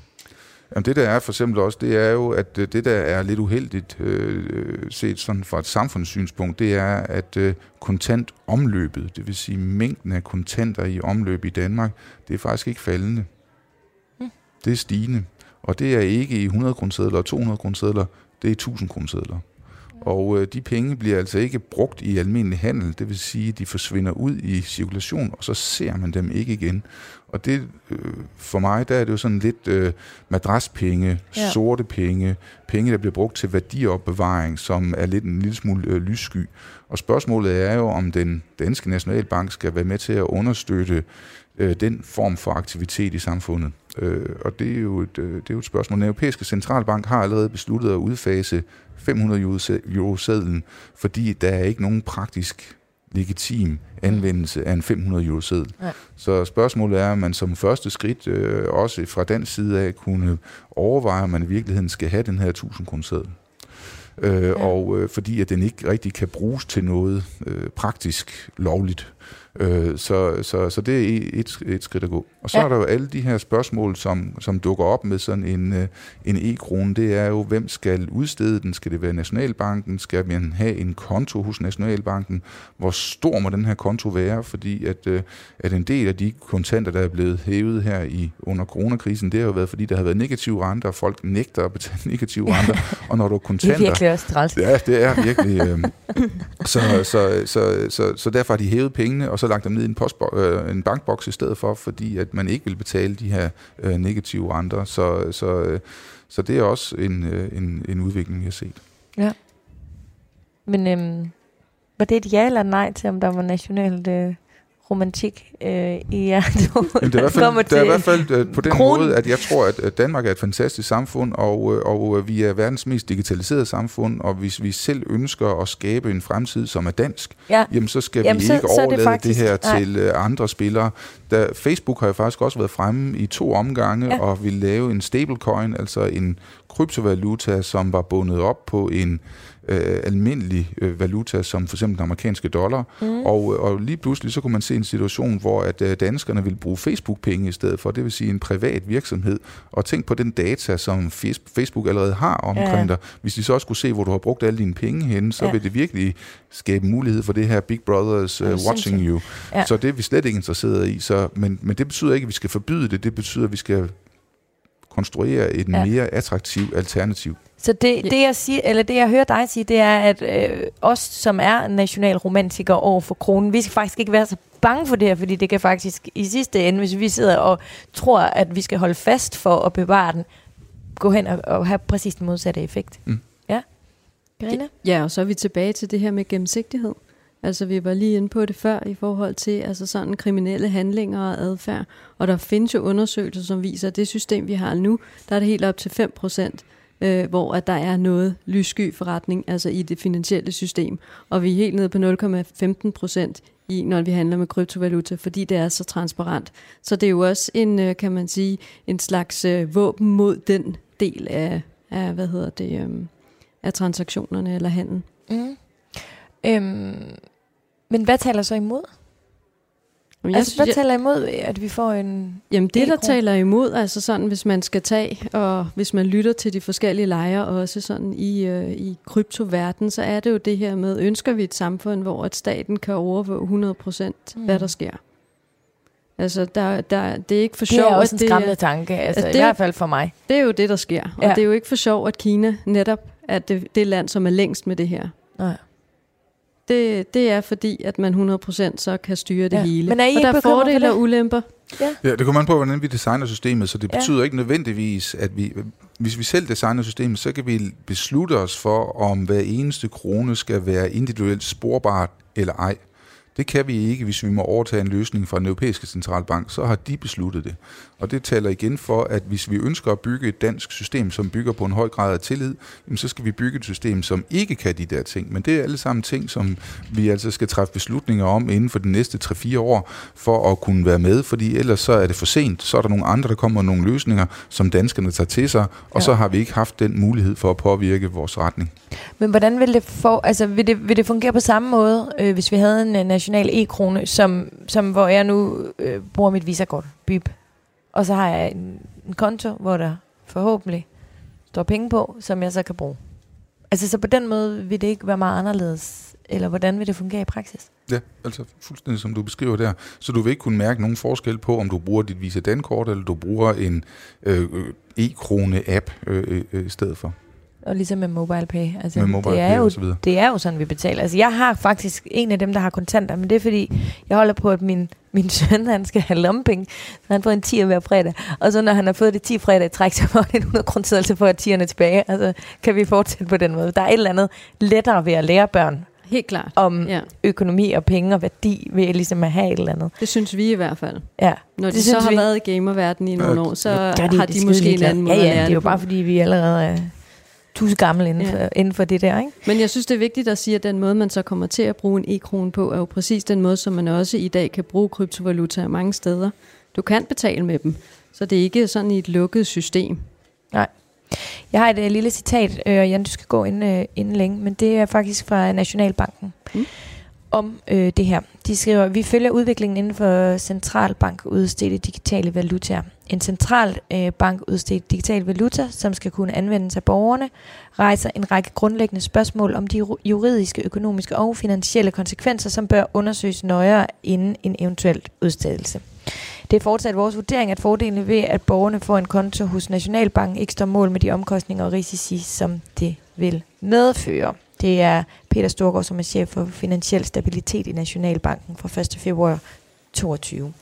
Speaker 4: Jamen det der er for eksempel også, det er jo, at det der er lidt uheldigt øh, set sådan fra et samfundssynspunkt, det er, at øh, kontantomløbet, det vil sige mængden af kontanter i omløb i Danmark, det er faktisk ikke faldende. Hmm. Det er stigende. Og det er ikke i hundrede kronesedler og to hundrede kronesedler, det er i tusind kronesedler. Og øh, de penge bliver altså ikke brugt i almindelig handel, det vil sige, at de forsvinder ud i cirkulation, og så ser man dem ikke igen. Og det, øh, for mig, der er det jo sådan lidt øh, madraspenge, ja. sorte penge, penge, der bliver brugt til værdiopbevaring, som er lidt en lille smule øh, lyssky. Og spørgsmålet er jo, om den danske nationalbank skal være med til at understøtte øh, den form for aktivitet i samfundet. Øh, og det er, jo et, øh, det er jo et spørgsmål. Den europæiske centralbank har allerede besluttet at udfase fem hundrede euro-sedlen, fordi der er ikke nogen praktisk legitim anvendelse af en fem hundrede euro-seddel. Ja. Så spørgsmålet er, om man som første skridt øh, også fra den side af kunne overveje, om man i virkeligheden skal have den her tusind kroneseddel. Øh, ja. Og øh, fordi at den ikke rigtig kan bruges til noget øh, praktisk lovligt. Øh, så, så, så det er et, et skridt at gå. Og så ja. er der jo alle de her spørgsmål, som, som dukker op med sådan en, en e-krone. Det er jo, hvem skal udstede den? Skal det være Nationalbanken? Skal man have en konto hos Nationalbanken? Hvor stor må den her konto være? Fordi at, at en del af de kontanter, der er blevet hævet her i under coronakrisen, det har jo været, fordi der har været negative renter, og folk nægter at betale negative renter. Og når du har kontanter...
Speaker 2: Det er virkelig også træls.
Speaker 4: Ja, det er virkelig... Øh, så, så, så, så, så derfor har de hævet pengene, og så lagt dem ned i en, postbo- øh, en bankboks i stedet for, fordi at man ikke vil betale de her øh, negative renter. Så, så, øh, så det er også en, øh, en, en udvikling, vi har set.
Speaker 2: Ja. Men øhm, var det et ja eller nej til, om der var nationalt øh, romantik øh, i jer?
Speaker 4: Jamen, det er i hvert fald, det er i hvert fald øh, på den kronen. måde, at jeg tror, at Danmark er et fantastisk samfund, og, og vi er verdens mest digitaliserede samfund, og hvis vi selv ønsker at skabe en fremtid, som er dansk, ja. jamen, så skal jamen, vi så, ikke overlade det, faktisk, det her nej. til uh, andre spillere. Da, Facebook har jo faktisk også været fremme i to omgange, ja. og vil lave en stablecoin, altså en kryptovaluta, som var bundet op på en øh, almindelig øh, valuta, som for eksempel den amerikanske dollar. Mm. Og, og lige pludselig så kunne man se en situation, hvor at øh, danskerne ville bruge Facebook-penge i stedet for, det vil sige en privat virksomhed. Og tænk på den data, som Facebook allerede har omkring ja. dig. Hvis de så også kunne se, hvor du har brugt alle dine penge hen, så ja. vil det virkelig skabe mulighed for det her Big Brothers uh, watching you. Ja. Så det er vi slet ikke interesseret i. Så, men, men det betyder ikke, at vi skal forbyde det. Det betyder, at vi skal konstruere et ja. mere attraktivt alternativ.
Speaker 2: Så det, det, jeg siger, eller det, jeg hører dig sige, det er, at øh, os, som er nationalromantikere over for kronen, vi skal faktisk ikke være så bange for det her, fordi det kan faktisk i sidste ende, hvis vi sidder og tror, at vi skal holde fast for at bevare den, gå hen og, og have præcis den modsatte effekt. Mm. Ja, Karina?
Speaker 3: Ja, og så er vi tilbage til det her med gennemsigtighed. Altså, vi var lige inde på det før i forhold til altså sådan kriminelle handlinger og adfærd. Og der findes jo undersøgelser, som viser, at det system, vi har nu, der er det helt op til fem procent, øh, hvor at der er noget lyssky forretning, altså i det finansielle system. Og vi er helt nede på nul komma femten procent i, når vi handler med kryptovaluta, fordi det er så transparent. Så det er jo også en, kan man sige, en slags øh, våben mod den del af, af hvad hedder det, øh, af transaktionerne eller handlen. Mm.
Speaker 2: Øhm, men hvad taler så imod? Jeg altså, synes, hvad taler imod, at vi får en...
Speaker 3: Jamen det, der taler imod, altså sådan, hvis man skal tage, og hvis man lytter til de forskellige lejre, og også sådan i, øh, i kryptoverden, så er det jo det her med, ønsker vi et samfund, hvor at staten kan overvåge hundrede procent, mm. hvad der sker? Altså, der, der, det er ikke for sjov,
Speaker 2: det er også en skræmmende tanke, altså, altså det, i hvert fald for mig.
Speaker 3: Det er jo det, der sker, og ja. det er jo ikke for sjov, at Kina netop er det, det land, som er længst med det her. Nej. Det, det er fordi, at man hundrede procent så kan styre det ja. hele. Men er I og der er fordele og ulemper.
Speaker 4: Ja. ja, det kommer an på, hvordan vi designer systemet, så det betyder ja. ikke nødvendigvis, at vi, hvis vi selv designer systemet, så kan vi beslutte os for, om hver eneste krone skal være individuelt sporbart eller ej. Det kan vi ikke, hvis vi må overtage en løsning fra den europæiske centralbank, så har de besluttet det. Og det taler igen for, at hvis vi ønsker at bygge et dansk system, som bygger på en høj grad af tillid, så skal vi bygge et system, som ikke kan de der ting. Men det er alle sammen ting, som vi altså skal træffe beslutninger om inden for de næste tre fire år, for at kunne være med, fordi ellers så er det for sent. Så er der nogle andre, der kommer med nogle løsninger, som danskerne tager til sig, og ja. så har vi ikke haft den mulighed for at påvirke vores retning.
Speaker 2: Men hvordan vil det, få, altså, vil det, vil det fungere på samme måde, øh, hvis vi havde en national e-krone, som, som hvor jeg nu øh, bruger mit visakort, bip, og så har jeg en, en konto, hvor der forhåbentlig står penge på, som jeg så kan bruge. Altså, så på den måde vil det ikke være meget anderledes, eller hvordan vil det fungere i praksis? Ja,
Speaker 4: altså fuldstændig som du beskriver der. Så du vil ikke kunne mærke nogen forskel på, om du bruger dit Visa Dankort, eller du bruger en øh, e-krone-app øh, øh, i stedet for.
Speaker 2: Og ligesom med MobilePay. Altså,
Speaker 4: med MobilePay
Speaker 2: det er jo,
Speaker 4: og så videre.
Speaker 2: Det er jo sådan, vi betaler. Altså, jeg har faktisk en af dem, der har kontanter, men det er fordi, jeg holder på, at min, min søn, han skal have lompenge, så han får en tier hver fredag. Og så når han har fået det ti fredag i træk, så får han en hundrede kroner seddel, så får jeg tierne tilbage. Altså, kan vi fortsætte på den måde. Der er et eller andet lettere ved at lære børn.
Speaker 3: Helt klart.
Speaker 2: Om ja. økonomi og penge og værdi ved ligesom at have et eller andet.
Speaker 3: Det synes vi i hvert fald.
Speaker 2: Ja.
Speaker 3: Når de det så har vi. været i gamerverdenen i nogle år, så ja, de, har de, de måske en anden måde
Speaker 2: ja, ja,
Speaker 3: at lære
Speaker 2: det. er jo bare fordi, vi allerede er tusind gammel inden, ja. for, inden for det der, ikke?
Speaker 3: Men jeg synes, det er vigtigt at sige, at den måde, man så kommer til at bruge en e-krone på, er jo præcis den måde, som man også i dag kan bruge kryptovaluta mange steder. Du kan betale med dem, så det er ikke sådan i et lukket system.
Speaker 2: Nej. Jeg har et uh, lille citat, og øh, Jan, du skal gå inden, uh, inden længe, men det er faktisk fra Nationalbanken mm. om øh, det her. De skriver, vi følger udviklingen inden for centralbankudstedte digitale valutaer. En centralbankudstedt øh, digital valuta, som skal kunne anvendes af borgerne, rejser en række grundlæggende spørgsmål om de juridiske, økonomiske og finansielle konsekvenser, som bør undersøges nøjere inden en eventuel udstedelse. Det er fortsat vores vurdering, at fordelene ved, at borgerne får en konto hos Nationalbanken, ikke står mål med de omkostninger og risici, som det vil medføre. Det er Peter Storgård, som er chef for finansiel stabilitet i Nationalbanken fra første februar toogtyve.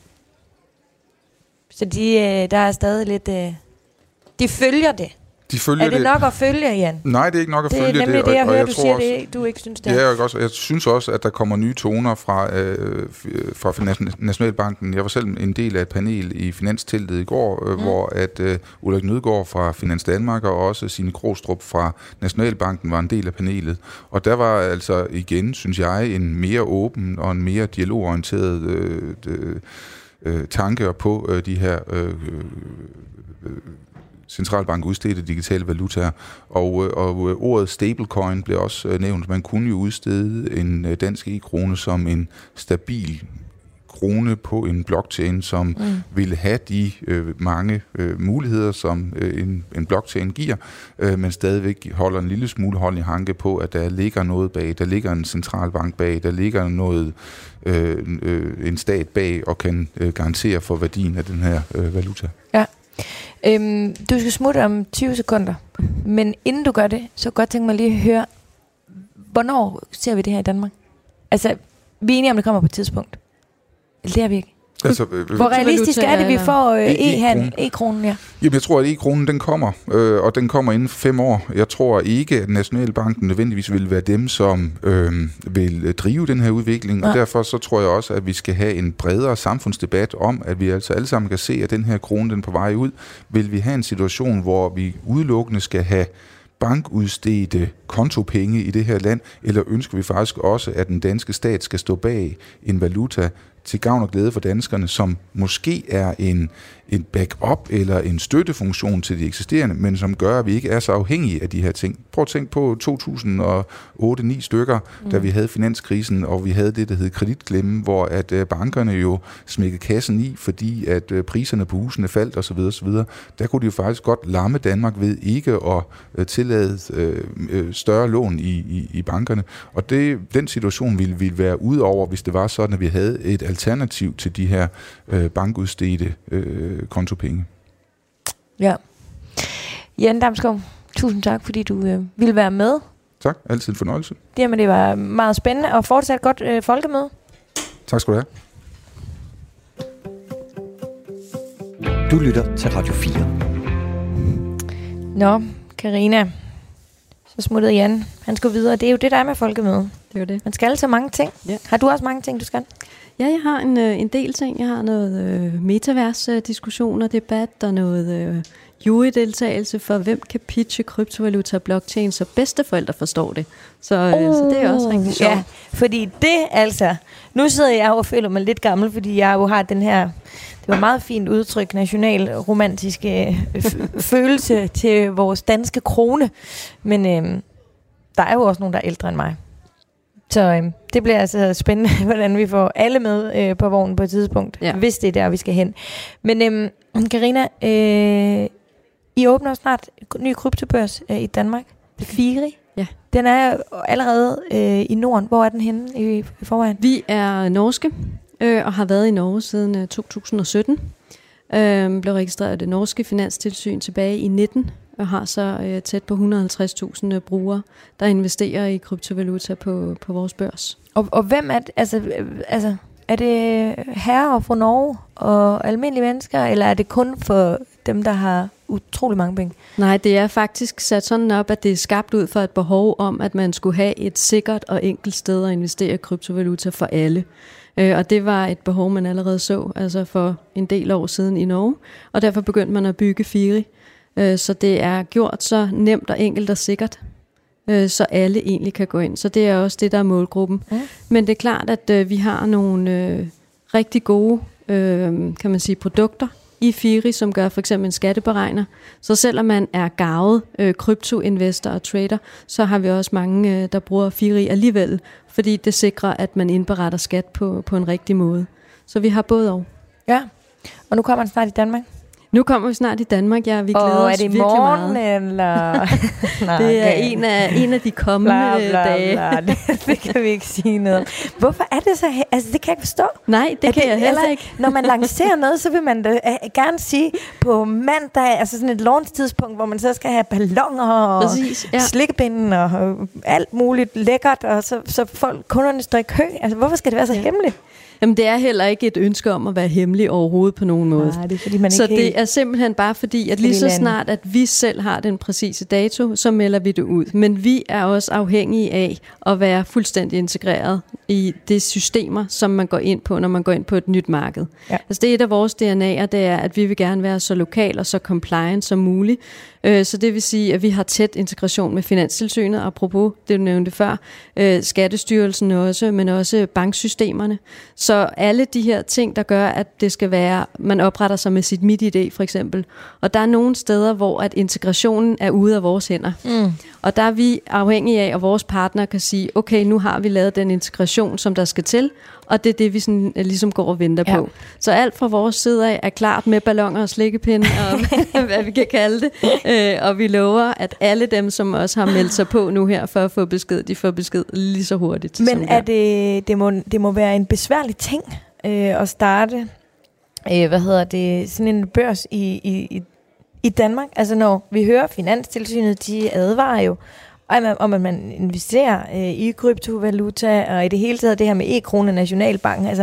Speaker 2: Så de, der er stadig lidt... De følger det.
Speaker 4: De følger
Speaker 2: er det, det nok at følge, Jan?
Speaker 4: Nej, det er ikke nok at
Speaker 2: det
Speaker 4: følge det.
Speaker 2: Det er nemlig det, jeg
Speaker 4: og,
Speaker 2: hører,
Speaker 4: og
Speaker 2: du
Speaker 4: jeg
Speaker 2: siger
Speaker 4: også,
Speaker 2: det, du ikke synes det.
Speaker 4: Det er jeg også. Jeg synes også, at der kommer nye toner fra, øh, fra Nationalbanken. Jeg var selv en del af et panel i Finansteltet i går, øh, mm. hvor at øh, Ulrik Nødgaard fra Finans Danmark og også Signe Krostrup fra Nationalbanken var en del af panelet. Og der var altså igen, synes jeg, en mere åben og en mere dialogorienteret øh, øh, tanke på øh, de her... Øh, øh, centralbank udstedte digitale valutaer, og, og ordet stablecoin blev også nævnt. Man kunne jo udstede en dansk e-krone som en stabil krone på en blockchain, som mm. ville have de øh, mange øh, muligheder, som øh, en, en blockchain giver, øh, men stadigvæk holder en lille smule hold i hanke på, at der ligger noget bag, der ligger en centralbank bag, der ligger noget, øh, øh, en stat bag, og kan øh, garantere for værdien af den her øh, valuta.
Speaker 2: Ja. Øhm, du skal smutte om tyve sekunder, men inden du gør det, så godt tænke mig lige at høre, hvornår ser vi det her i Danmark? Altså, vi er enige om, det kommer på et tidspunkt. Det er vi ikke. Altså, øh, Hvor realistisk er det, vi får øh, e-kronen? E-kronen, ja.
Speaker 4: Jamen, jeg tror, at e-kronen den kommer, øh, og den kommer inden for fem år. Jeg tror ikke, at Nationalbanken nødvendigvis vil være dem, som øh, vil drive den her udvikling, ja. Og derfor så tror jeg også, at vi skal have en bredere samfundsdebat om, at vi altså alle sammen kan se, at den her krone, den er på vej ud. Vil vi have en situation, hvor vi udelukkende skal have bankudstedte kontopenge i det her land, eller ønsker vi faktisk også, at den danske stat skal stå bag en valuta til gavn og glæde for danskerne, som måske er en, en backup eller en støttefunktion til de eksisterende, men som gør, at vi ikke er så afhængige af de her ting. Prøv at tænke på to tusind otte ni stykker, mm. da vi havde finanskrisen, og vi havde det, der hed kreditklemme, hvor at bankerne jo smækkede kassen i, fordi at priserne på husene faldt osv. osv. Der kunne de jo faktisk godt lamme Danmark ved ikke at tillade øh, større lån i, i, i bankerne. Og det, den situation ville, ville være ud over, hvis det var sådan, at vi havde et alternativ til de her øh, bankudstedte øh, kontopenge.
Speaker 2: Ja. Jan Damsgaard, tusind tak, fordi du øh, ville være med.
Speaker 4: Tak, altid en fornøjelse.
Speaker 2: Jamen, det var meget spændende, og fortsat godt øh, folkemøde.
Speaker 4: Tak skal du have.
Speaker 1: Du lytter til Radio fire.
Speaker 2: Nå, Karina, så smuttede Jan. Han skulle videre. Det er jo det, der er med folkemøde.
Speaker 3: Det er jo det.
Speaker 2: Man skal altså mange ting.
Speaker 3: Ja.
Speaker 2: Har du også mange ting, du skal?
Speaker 3: Ja, jeg har en, en del ting. Jeg har noget øh, metavers-diskussioner, debat, og noget øh, jurydeltagelse for, hvem kan pitche kryptovaluta og blockchain, så bedsteforældre forstår det. Så, øh, uh, så det er også rigtig sjovt. Ja,
Speaker 2: fordi det altså... Nu sidder jeg og føler mig lidt gammel, fordi jeg jo har den her... Det var meget fint udtryk, nationalromantiske f- følelse til vores danske krone. Men øh, der er jo også nogen, der er ældre end mig. Så øh, det bliver altså spændende, hvordan vi får alle med øh, på vognen på et tidspunkt, ja. Hvis det er der, vi skal hen. Men øh, Karina, øh, I åbner snart en ny kryptobørs øh, i Danmark. Firi.
Speaker 3: Ja. Den
Speaker 2: er allerede øh, i Norden. Hvor er den henne i, i forvejen?
Speaker 3: Vi er norske øh, og har været i Norge siden øh, to tusind og sytten. Øh, blev registreret af det norske finanstilsyn tilbage i nitten og har så øh, tæt på et hundrede og halvtreds tusind øh, brugere, der investerer i kryptovaluta på, på vores børs.
Speaker 2: Og, og hvem er det, altså, øh, altså, er det herrer fra Norge og almindelige mennesker, eller er det kun for dem, der har utrolig mange penge?
Speaker 3: Nej, det er faktisk sat sådan op, at det er skabt ud for et behov om, at man skulle have et sikkert og enkelt sted at investere i kryptovaluta for alle. Øh, og det var et behov, man allerede så altså for en del år siden i Norge, og derfor begyndte man at bygge Firi. Så det er gjort så nemt og enkelt og sikkert, så alle egentlig kan gå ind. Så det er også det, der er målgruppen. Mm. Men det er klart, at vi har nogle øh, rigtig gode øh, kan man sige, produkter i Firi, som gør for eksempel en skatteberegner. Så selvom man er garvet øh, kryptoinvestor og trader, så har vi også mange, øh, der bruger Firi alligevel, fordi det sikrer, at man indberetter skat på, på en rigtig måde. Så vi har både og.
Speaker 2: Ja, og nu kommer den snart i Danmark.
Speaker 3: Nu kommer vi snart i Danmark, ja. Vi glæder
Speaker 2: oh,
Speaker 3: os virkelig
Speaker 2: morgen,
Speaker 3: meget.
Speaker 2: Eller?
Speaker 3: Nej, det er okay. en, af, en af de kommende
Speaker 2: bla, bla,
Speaker 3: dage.
Speaker 2: Bla. Det, det kan vi ikke sige noget. Hvorfor er det så? Altså, det kan jeg ikke forstå.
Speaker 3: Nej, det kan det, jeg heller
Speaker 2: altså,
Speaker 3: ikke.
Speaker 2: Når man lancerer noget, så vil man da uh, gerne sige på mandag, altså sådan et launch-tidspunkt, hvor man så skal have balloner og
Speaker 3: Præcis, ja.
Speaker 2: slikkebinden og uh, alt muligt lækkert, og så, så folk, kunderne står i kø. Altså, hvorfor skal det være så ja. hemmeligt?
Speaker 3: Jamen, det er heller ikke et ønske om at være hemmelig overhovedet på nogen måde.
Speaker 2: Nej, det er, fordi man
Speaker 3: så
Speaker 2: ikke
Speaker 3: det helt... er simpelthen bare fordi, at lige så snart, at vi selv har den præcise dato, så melder vi det ud. Men vi er også afhængige af at være fuldstændig integreret i de systemer, som man går ind på, når man går ind på et nyt marked. Ja. Altså det er et af vores D N A'er, det er, at vi vil gerne være så lokal og så compliant som muligt. Så det vil sige, at vi har tæt integration med Finanstilsynet, apropos det du nævnte før, Skattestyrelsen også, men også banksystemerne. Så alle de her ting, der gør, at det skal være, man opretter sig med sit MitID for eksempel. Og der er nogle steder, hvor at integrationen er ude af vores hænder. Mm. Og der er vi afhængige af, at vores partner kan sige, okay, nu har vi lavet den integration, som der skal til, og det er det, vi sådan, ligesom går og venter ja. på. Så alt fra vores side af er klart med balloner og slikkepinde, og hvad vi kan kalde det. Øh, og vi lover, at alle dem, som også har meldt sig på nu her for at få besked, de får besked lige så hurtigt.
Speaker 2: Men er det, det, må, det må være en besværlig ting øh, at starte, øh, hvad hedder det, sådan en børs i, i, i Danmark? Altså når vi hører Finanstilsynet, de advarer jo, om at man investerer øh, i kryptovaluta, og i det hele taget det her med e-krone Nationalbanken, altså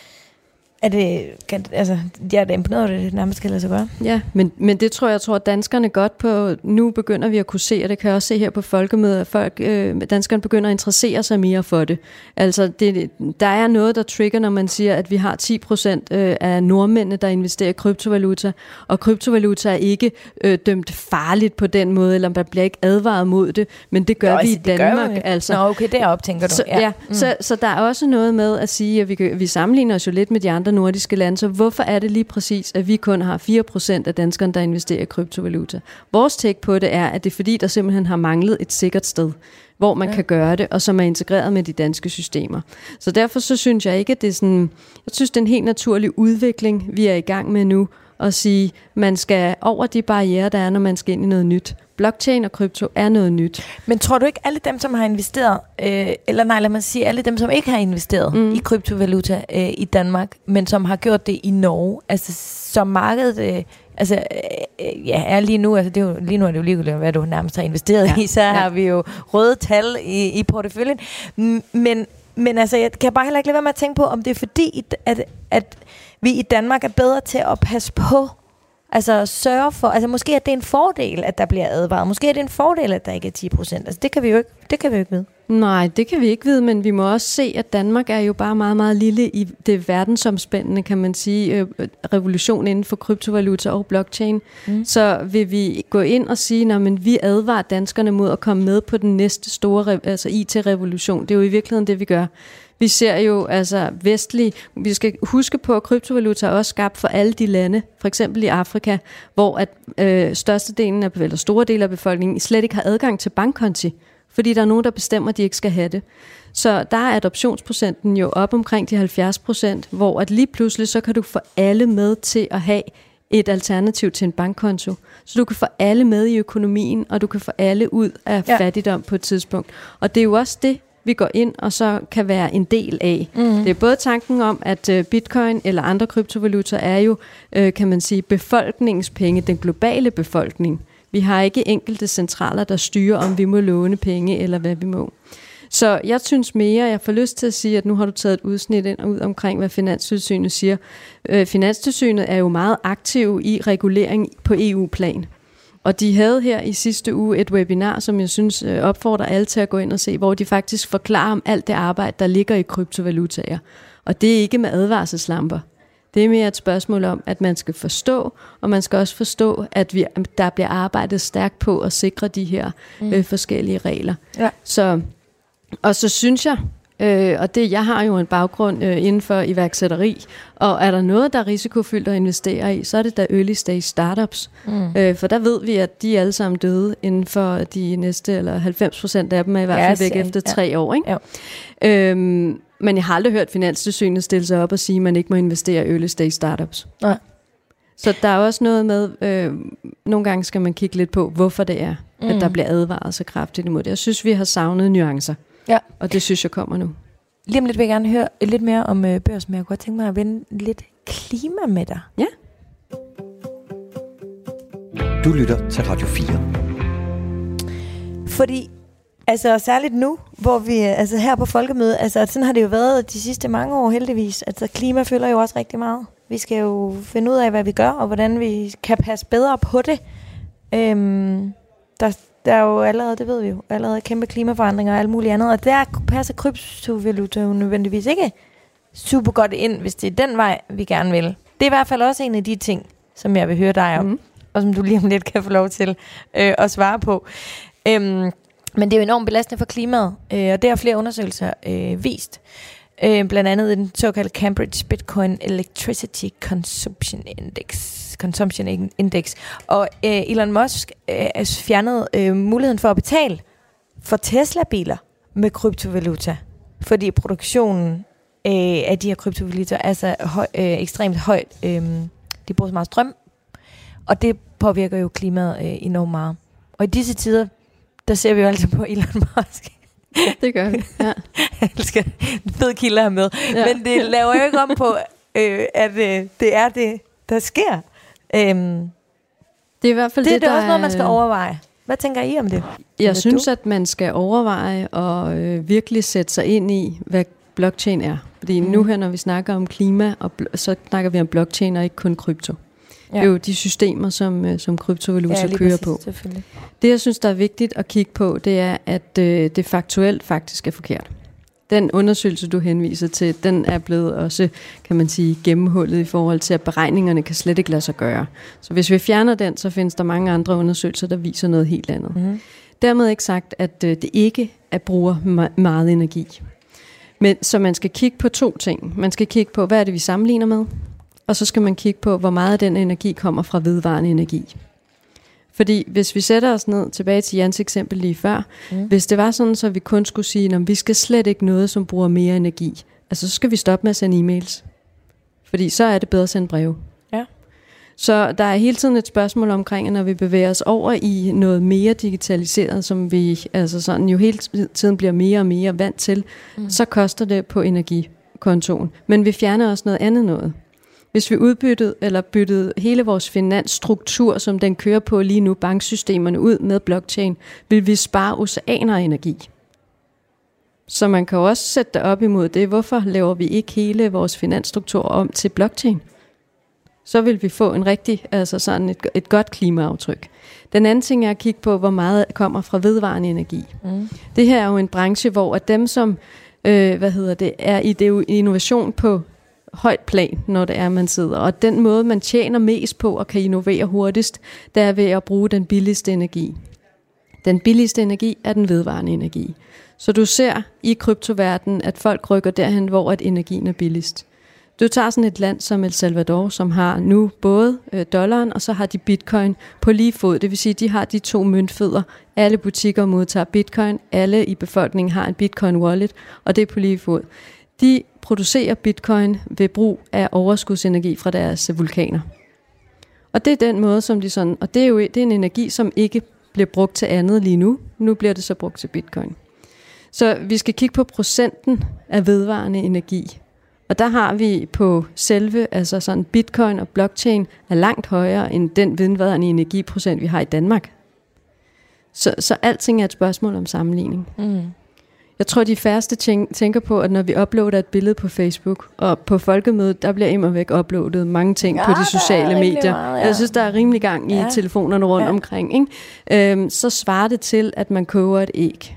Speaker 2: er det, kan, altså, jeg er da imponeret, at det nærmest kan lade sig gøre.
Speaker 3: Ja, men, men det tror jeg, jeg tror, at danskerne godt på, nu begynder vi at kunne se, og det kan jeg også se her på folkemøder, folk, øh, danskerne begynder at interessere sig mere for det. Altså, det, der er noget, der trigger, når man siger, at vi har ti procent øh, af nordmændene, der investerer i kryptovaluta, og kryptovaluta er ikke øh, dømt farligt på den måde, eller man bliver ikke advaret mod det, men det gør jo, vi altså, i Danmark.
Speaker 2: Vi.
Speaker 3: Altså.
Speaker 2: Nå, okay, derop tænker du.
Speaker 3: Så, ja, ja mm. så, så der er også noget med at sige, at vi, vi sammenligner os jo lidt med de andre nordiske lande, så hvorfor er det lige præcis, at vi kun har fire procent af danskerne, der investerer i kryptovaluta? Vores take på det er, at det er fordi, der simpelthen har manglet et sikkert sted, hvor man ja. kan gøre det, og som er integreret med de danske systemer. Så derfor så synes jeg ikke, at det er sådan, jeg synes, det er en helt naturlig udvikling, vi er i gang med nu, at sige, man skal over de barrierer, der er, når man skal ind i noget nyt. Blockchain og krypto er noget nyt.
Speaker 2: Men tror du ikke, alle dem, som har investeret, øh, eller nej, lad mig sige, alle dem, som ikke har investeret mm. i kryptovaluta øh, i Danmark, men som har gjort det i Norge, altså som markedet, øh, altså øh, ja, er lige nu, altså det er jo, lige nu er det jo ligegyldigt, hvad du nærmest har investeret ja. i, så ja. har vi jo røde tal i, i porteføljen. Men, men altså, jeg kan bare heller ikke lade være med at tænke på, om det er fordi, at, at vi i Danmark er bedre til at passe på, altså sørge for, altså måske er det en fordel, at der bliver advaret. Måske er det en fordel, at der ikke er ti procent. Altså det kan vi jo ikke, det kan vi jo ikke vide.
Speaker 3: Nej, det kan vi ikke vide, men vi må også se, at Danmark er jo bare meget, meget lille i det verdensomspændende, kan man sige, øh, revolution inden for kryptovaluta og blockchain. Mm. Så vil vi gå ind og sige, at vi advarer danskerne mod at komme med på den næste store altså I T-revolution. Det er jo i virkeligheden det, vi gør. Vi ser jo altså vestlig, vi skal huske på, at kryptovaluta er også skabt for alle de lande, for eksempel i Afrika, hvor at øh, størstedelen af, eller store dele af befolkningen slet ikke har adgang til bankkonti, fordi der er nogen, der bestemmer, at de ikke skal have det. Så der er adoptionsprocenten jo op omkring de halvfjerds procent, hvor at lige pludselig så kan du få alle med til at have et alternativ til en bankkonto. Så du kan få alle med i økonomien, og du kan få alle ud af ja. fattigdom på et tidspunkt. Og det er jo også det, vi går ind og så kan være en del af. Mm. Det er både tanken om, at bitcoin eller andre kryptovaluta er jo, øh, kan man sige, befolkningens penge, den globale befolkning. Vi har ikke enkelte centraler, der styrer, om vi må låne penge eller hvad vi må. Så jeg synes mere, jeg får lyst til at sige, at nu har du taget et udsnit ind og ud omkring, hvad Finanstilsynet siger. Øh, Finanstilsynet er jo meget aktiv i regulering på E U-plan. Og de havde her i sidste uge et webinar, som jeg synes opfordrer alle til at gå ind og se, hvor de faktisk forklarer om alt det arbejde, der ligger i kryptovalutaer. Og det er ikke med advarselslamper. Det er mere et spørgsmål om, at man skal forstå, og man skal også forstå, at vi, der bliver arbejdet stærkt på at sikre de her mm. øh, forskellige regler. Ja. Så, og så synes jeg, Øh, og det, jeg har jo en baggrund øh, inden for iværksætteri, og er der noget, der er risikofyldt at investere i, så er det da early stage startups. Mm. Øh, for der ved vi, at de er alle sammen døde inden for de næste, eller halvfems procent af dem er i hvert fald yes, væk ja. efter tre ja. år. Ikke? Ja. Øhm, men jeg har aldrig hørt Finanstilsynet stille sig op og sige, at man ikke må investere i early stage startups. Nej. Så der er også noget med, øh, nogle gange skal man kigge lidt på, hvorfor det er, mm. at der bliver advaret så kraftigt imod det. Jeg synes, vi har savnet nuancer. Ja. Og det synes jeg kommer nu.
Speaker 2: Lige om lidt vil jeg gerne høre lidt mere om øh, børs, men jeg kunne godt tænke mig at vende lidt klima med dig.
Speaker 3: Ja.
Speaker 1: Du lytter til Radio fire.
Speaker 2: Fordi, altså særligt nu, hvor vi, altså her på Folkemødet, altså sådan har det jo været de sidste mange år heldigvis. Altså klima fylder jo også rigtig meget. Vi skal jo finde ud af, hvad vi gør, og hvordan vi kan passe bedre på det. Øhm, der Der er jo allerede, det ved vi jo, allerede kæmpe klimaforandringer og alt muligt andet, og der passer kryptovaluta jo nødvendigvis ikke super godt ind, hvis det er den vej, vi gerne vil. Det er i hvert fald også en af de ting, som jeg vil høre dig om, mm. og som du lige om lidt kan få lov til øh, at svare på. Øhm, men det er jo enormt belastende for klimaet, øh, og det har flere undersøgelser øh, vist. Øh, blandt andet den såkaldte Cambridge Bitcoin Electricity Consumption Index. Consumption Index. Og øh, Elon Musk øh, har fjernet øh, muligheden for at betale for Tesla-biler med kryptovaluta. Fordi produktionen øh, af de her kryptovaluta er så høj, øh, ekstremt højt. Øh, de bruger så meget strøm. Og det påvirker jo klimaet øh, enormt meget. Og i disse tider, der ser vi jo altid på Elon Musk.
Speaker 3: Det gør vi, ja.
Speaker 2: Jeg elsker en fed kilde her med. Ja. Men det laver jo ikke om på, øh, at øh, det er det, der sker. Øhm,
Speaker 3: det er i hvert fald
Speaker 2: det,
Speaker 3: det,
Speaker 2: det er
Speaker 3: der
Speaker 2: også noget, man skal overveje. Hvad tænker I om det?
Speaker 3: Jeg
Speaker 2: Hvad
Speaker 3: synes,
Speaker 2: du?
Speaker 3: at man skal overveje og øh, virkelig sætte sig ind i, hvad blockchain er. Fordi mm. nu her, når vi snakker om klima, og bl- så snakker vi om blockchain og ikke kun krypto. Ja. Det er jo de systemer, som, øh, som kryptovaluta ja, kører præcis, på. Det, jeg synes, der er vigtigt at kigge på, det er, at øh, det faktuelt faktisk er forkert. Den undersøgelse, du henviser til, den er blevet også, kan man sige, gennemhullet i forhold til, at beregningerne kan slet ikke lade sig gøre. Så hvis vi fjerner den, så findes der mange andre undersøgelser, der viser noget helt andet. Mm. Dermed ikke sagt, at øh, det ikke er bruger me- meget energi. Men så man skal kigge på to ting. Man skal kigge på, hvad er det, vi sammenligner med? Og så skal man kigge på, hvor meget af den energi kommer fra vedvarende energi. Fordi hvis vi sætter os ned tilbage til Jans eksempel lige før, mm. hvis det var sådan, så vi kun skulle sige, at vi skal slet ikke noget, som bruger mere energi, altså så skal vi stoppe med at sende e-mails. Fordi så er det bedre at sende breve.
Speaker 2: Ja.
Speaker 3: Så der er hele tiden et spørgsmål omkring, at når vi bevæger os over i noget mere digitaliseret, som vi altså sådan jo hele tiden bliver mere og mere vant til, mm. så koster det på energikontoen. Men vi fjerner også noget andet noget. Hvis vi udbyttede eller byttede hele vores finansstruktur, som den kører på lige nu, banksystemerne ud med blockchain, vil vi spare oceaner af energi. Så man kan også sætte det op imod det. Hvorfor laver vi ikke hele vores finansstruktur om til blockchain? Så vil vi få en rigtig, altså sådan et, et godt klimaaftryk. Den anden ting er at kigge på, hvor meget kommer fra vedvarende energi. Mm. Det her er jo en branche, hvor at dem, som øh, hvad hedder det, er i det innovation på højt plan, når det er, man sidder. Og den måde, man tjener mest på og kan innovere hurtigst, det er ved at bruge den billigste energi. Den billigste energi er den vedvarende energi. Så du ser i kryptoverdenen, at folk rykker derhen, hvor at energien er billigst. Du tager sådan et land som El Salvador, som har nu både øh, dollaren, og så har de bitcoin på lige fod. Det vil sige, at de har de to møntfødder. Alle butikker modtager bitcoin, alle i befolkningen har en bitcoin wallet, og det er på lige fod. De producerer bitcoin ved brug af overskudsenergi fra deres vulkaner. Og det er den måde, som de sådan, og det er jo det er en energi, som ikke bliver brugt til andet lige nu. Nu bliver det så brugt til bitcoin. Så vi skal kigge på procenten af vedvarende energi. Og der har vi på selve, altså sådan bitcoin og blockchain er langt højere end den vedvarende energiprocent, vi har i Danmark. Så, så alting er et spørgsmål om sammenligning. Mm. Jeg tror, de færreste tænker på, at når vi uploader et billede på Facebook, og på folkemødet, der bliver immer væk uploadet mange ting ja, på de sociale medier. Meget, ja. Jeg synes, der er rimelig gang i ja. telefonerne rundt ja. omkring. Ikke? Øhm, så svarer det til, at man koger et æg.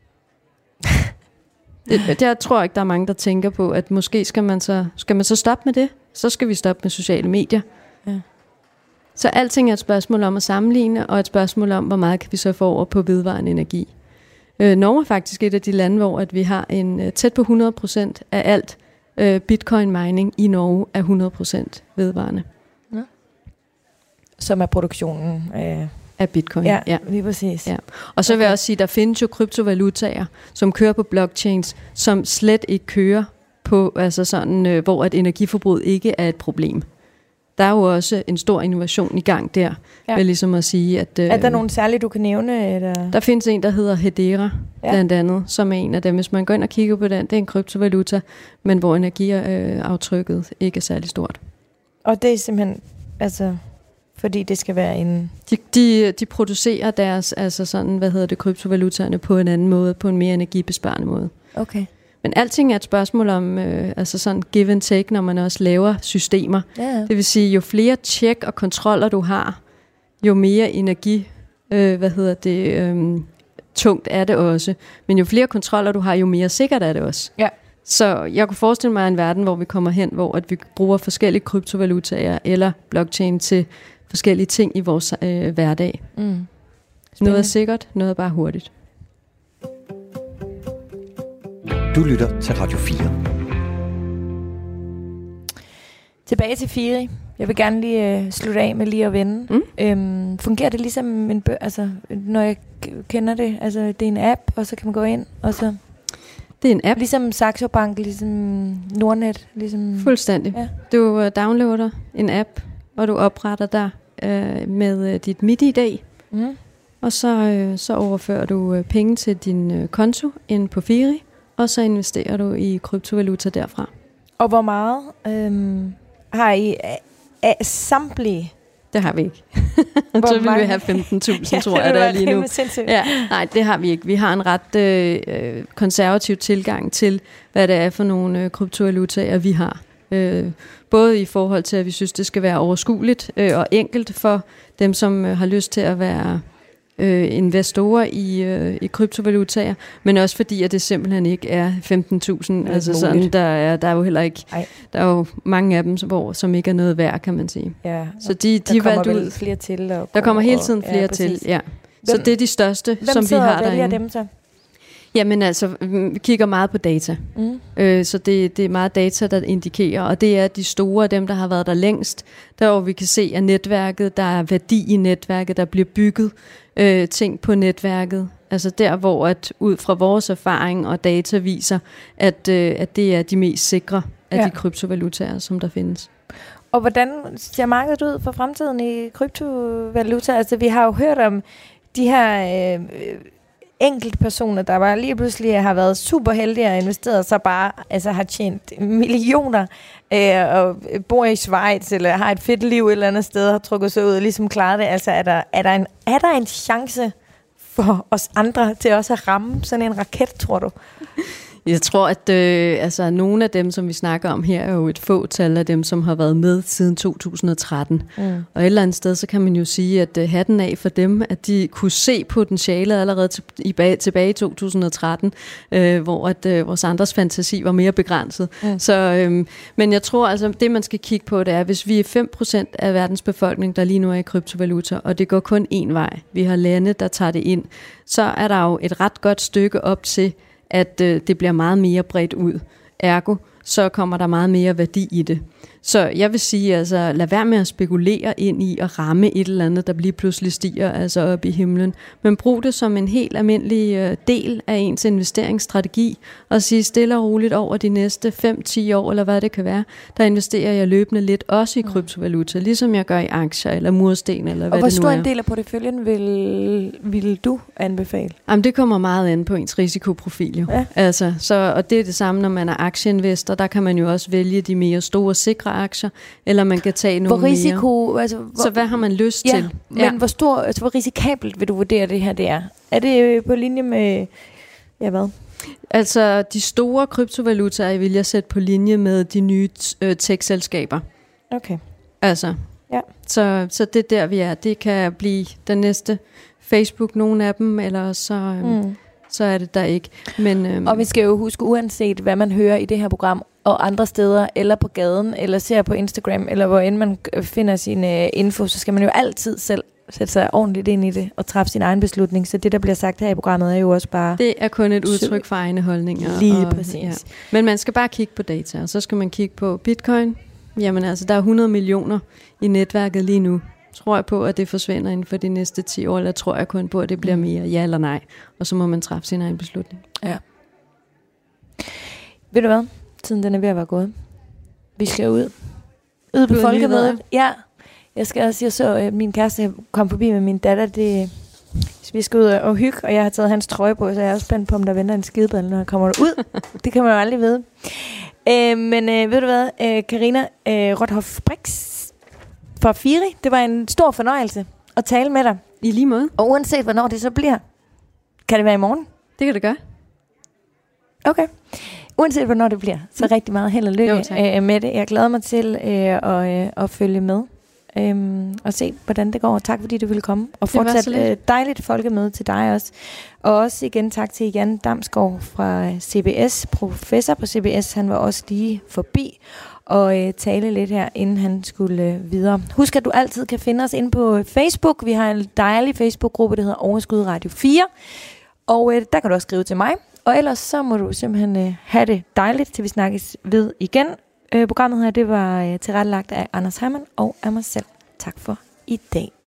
Speaker 3: det, jeg tror ikke, der er mange, der tænker på, at måske skal man så, skal man så stoppe med det. Så skal vi stoppe med sociale medier. Ja. Så alting er et spørgsmål om at sammenligne, og et spørgsmål om, hvor meget kan vi så få over på vedvarende energi. Øh, Norge er faktisk et af de lande, hvor at vi har en uh, tæt på hundrede procent af alt uh, bitcoin mining i Norge er hundrede procent vedvarende. Ja.
Speaker 2: Som er produktionen af,
Speaker 3: af bitcoin.
Speaker 2: Ja, ja, lige præcis.
Speaker 3: Ja. Og så okay. vil jeg også sige, der findes jo kryptovalutaer, som kører på blockchains, som slet ikke kører på, altså sådan, uh, hvor at energiforbruget ikke er et problem. Der er jo også en stor innovation i gang der, ja. Ved ligesom at sige, at...
Speaker 2: Er der nogen særlige, du kan nævne? Eller?
Speaker 3: Der findes en, der hedder Hedera, ja. Blandt andet, som er en af dem. Hvis man går ind og kigger på den, det er en kryptovaluta, men hvor energiaftrykket ikke er særlig stort.
Speaker 2: Og det er simpelthen, altså, fordi det skal være en...
Speaker 3: De, de, de producerer deres, altså sådan, hvad hedder det, kryptovalutaerne på en anden måde, på en mere energibesparende måde.
Speaker 2: Okay.
Speaker 3: Men alting er et spørgsmål om øh, altså sådan give and take, når man også laver systemer. Ja. Det vil sige, jo flere tjek og kontroller du har, jo mere energi, øh, hvad hedder det, øh, tungt er det også. Men jo flere kontroller du har, jo mere sikkert er det også. Ja. Så jeg kunne forestille mig en verden, hvor vi kommer hen, hvor at vi bruger forskellige kryptovalutaer eller blockchain til forskellige ting i vores øh, hverdag. Mm. Noget er sikkert, noget er bare hurtigt.
Speaker 1: Du lytter til Radio fire.
Speaker 2: Tilbage til Firi. Jeg vil gerne lige øh, slutte af med lige at vende. Mm. Øhm, fungerer det ligesom en bø- altså, når jeg k- kender det? Altså, det er en app, og så kan man gå ind, og så...
Speaker 3: Det er en app.
Speaker 2: Ligesom Saxo Bank, ligesom Nordnet. Ligesom
Speaker 3: Fuldstændig. Ja. Du uh, downloader en app, og du opretter dig uh, med uh, dit MitID. Mm. Og så, uh, så overfører du uh, penge til din uh, konto ind på Firi, og så investerer du i kryptovaluta derfra.
Speaker 2: Og hvor meget øhm, har I af, af samtlige?
Speaker 3: Det har vi ikke. Så vil vi have femten tusind, ja, tror jeg, der lige nu. Ja, nej, det har vi ikke. Vi har en ret øh, konservativ tilgang til, hvad det er for nogle øh, kryptovalutaer, vi har. Øh, både i forhold til, at vi synes, det skal være overskueligt øh, og enkelt for dem, som øh, har lyst til at være øh, investorer i, øh, i kryptovalutaer, men også fordi, at det simpelthen ikke er femten tusind. Altså sådan, der er, der er jo heller ikke, Ej. der er jo mange af dem, hvor, som ikke er noget værd, kan man sige.
Speaker 2: Ja,
Speaker 3: så de, de
Speaker 2: der kommer
Speaker 3: vel
Speaker 2: flere til. Og
Speaker 3: der kommer hele tiden flere ja, til, ja. Så det er de største,
Speaker 2: hvem
Speaker 3: som vi har derinde.
Speaker 2: Hvem dem så?
Speaker 3: Jamen altså, vi kigger meget på data. Mm. Øh, så det, det er meget data, der indikerer, og det er de store, dem der har været der længst, der hvor vi kan se, at netværket, der er værdi i netværket, der bliver bygget øh, ting på netværket. Altså der, hvor at ud fra vores erfaring og data viser, at, øh, at det er de mest sikre af ja. de kryptovalutaer, som der findes.
Speaker 2: Og hvordan ser markedet ud for fremtiden i kryptovaluta? Altså vi har jo hørt om de her... Øh, enkeltpersoner, der bare lige pludselig har været super heldige og investeret, så bare altså, har tjent millioner øh, og bor i Schweiz, eller har et fedt liv et eller andet sted, har trukket sig ud og ligesom klaret det. Altså, er der, er der, en, er der en chance for os andre til også at ramme sådan en raket, tror du?
Speaker 3: Jeg tror, at øh, altså, nogle af dem, som vi snakker om her, er jo et fåtal af dem, som har været med siden to tusind og tretten. Mm. Og et eller andet sted, så kan man jo sige, at øh, hatten af for dem, at de kunne se potentialet allerede til, i bag, tilbage i to tusind og tretten, øh, hvor at, øh, vores andres fantasi var mere begrænset. Mm. Så, øh, men jeg tror, altså, det man skal kigge på, det er, hvis vi er fem procent af verdens befolkning, der lige nu er i kryptovaluta, og det går kun én vej, vi har lande, der tager det ind, så er der jo et ret godt stykke op til, at øh, det bliver meget mere bredt ud. Ergo, så kommer der meget mere værdi i det. Så jeg vil sige, altså, lad være med at spekulere ind i at ramme et eller andet, der lige pludselig stiger altså op i himlen. Men brug det som en helt almindelig øh, del af ens investeringsstrategi, og sige stille og roligt over de næste fem til ti år, eller hvad det kan være, der investerer jeg løbende lidt også i kryptovaluta, ligesom jeg gør i aktier eller mursten, eller hvad det nu er.
Speaker 2: Og hvor stor en del af porteføljen vil, vil du anbefale?
Speaker 3: Jamen, det kommer meget an på ens risikoprofil. Jo. Ja. Altså, så, og det er det samme, når man er aktieinvestor. Der kan man jo også vælge de mere store, sikre aktier, eller man kan tage nogle
Speaker 2: hvor risiko,
Speaker 3: mere.
Speaker 2: Altså, hvor,
Speaker 3: så hvad har man lyst
Speaker 2: ja,
Speaker 3: til?
Speaker 2: Ja, men hvor stor, altså, hvor risikabelt vil du vurdere det her, det er? Er det på linje med, ja hvad?
Speaker 3: Altså, de store kryptovalutaer vil jeg sætte på linje med de nye øh, tech-selskaber.
Speaker 2: Okay.
Speaker 3: Altså,
Speaker 2: ja.
Speaker 3: så, så det er der, vi er. Det kan blive den næste Facebook, nogle af dem, eller så... Øh, mm. så er det der ikke. Men, øhm,
Speaker 2: og vi skal jo huske, uanset hvad man hører i det her program, og andre steder, eller på gaden, eller ser på Instagram, eller hvor end man finder sin øh, info, så skal man jo altid selv sætte sig ordentligt ind i det, og træffe sin egen beslutning. Så det, der bliver sagt her i programmet, er jo også bare...
Speaker 3: Det er kun et udtryk for egne holdninger.
Speaker 2: Lige
Speaker 3: og,
Speaker 2: præcis. Ja.
Speaker 3: Men man skal bare kigge på data, og så skal man kigge på Bitcoin. Jamen altså, der er hundrede millioner i netværket lige nu. Tror jeg på, at det forsvinder inden for de næste ti år, eller tror jeg kun på, at det bliver mere ja eller nej? Og så må man træffe sin egen beslutning.
Speaker 2: Ja. Ved du hvad? Tiden den er ved at være gået. Vi skal ud. Ud på folkemødet. Ja. Jeg skal også, jeg så at min kæreste kom forbi med min datter. Det, vi skal ud og hygge, og jeg har taget hans trøje på, så jeg er også spændt på, om der venter en skideballe, når han kommer ud. Det kan man jo aldrig vide. Øh, men øh, ved du hvad, Karina øh, øh, Rothoff Brix fra Firi, det var en stor fornøjelse at tale med dig.
Speaker 3: I lige måde.
Speaker 2: Og uanset hvornår det så bliver, kan det være i morgen?
Speaker 3: Det kan det gøre.
Speaker 2: Okay. Uanset hvornår det bliver, så rigtig meget held og lykke jo, øh, med det. Jeg glæder mig til øh, at, øh, at følge med øh, og se, hvordan det går. Tak fordi du ville komme. Og fortsat øh, dejligt folkemøde til dig også. Og også igen tak til Jan Damsgaard fra C B S, professor på C B S. Han var også lige forbi og øh, tale lidt her, inden han skulle øh, videre. Husk, at du altid kan finde os inde på Facebook. Vi har en dejlig Facebook-gruppe, der hedder Overskud Radio fire. Og øh, der kan du også skrive til mig. Og ellers så må du simpelthen øh, have det dejligt, til vi snakkes ved igen. Øh, programmet her, det var øh, tilrettelagt af Anders Hermann og af mig selv. Tak for i dag.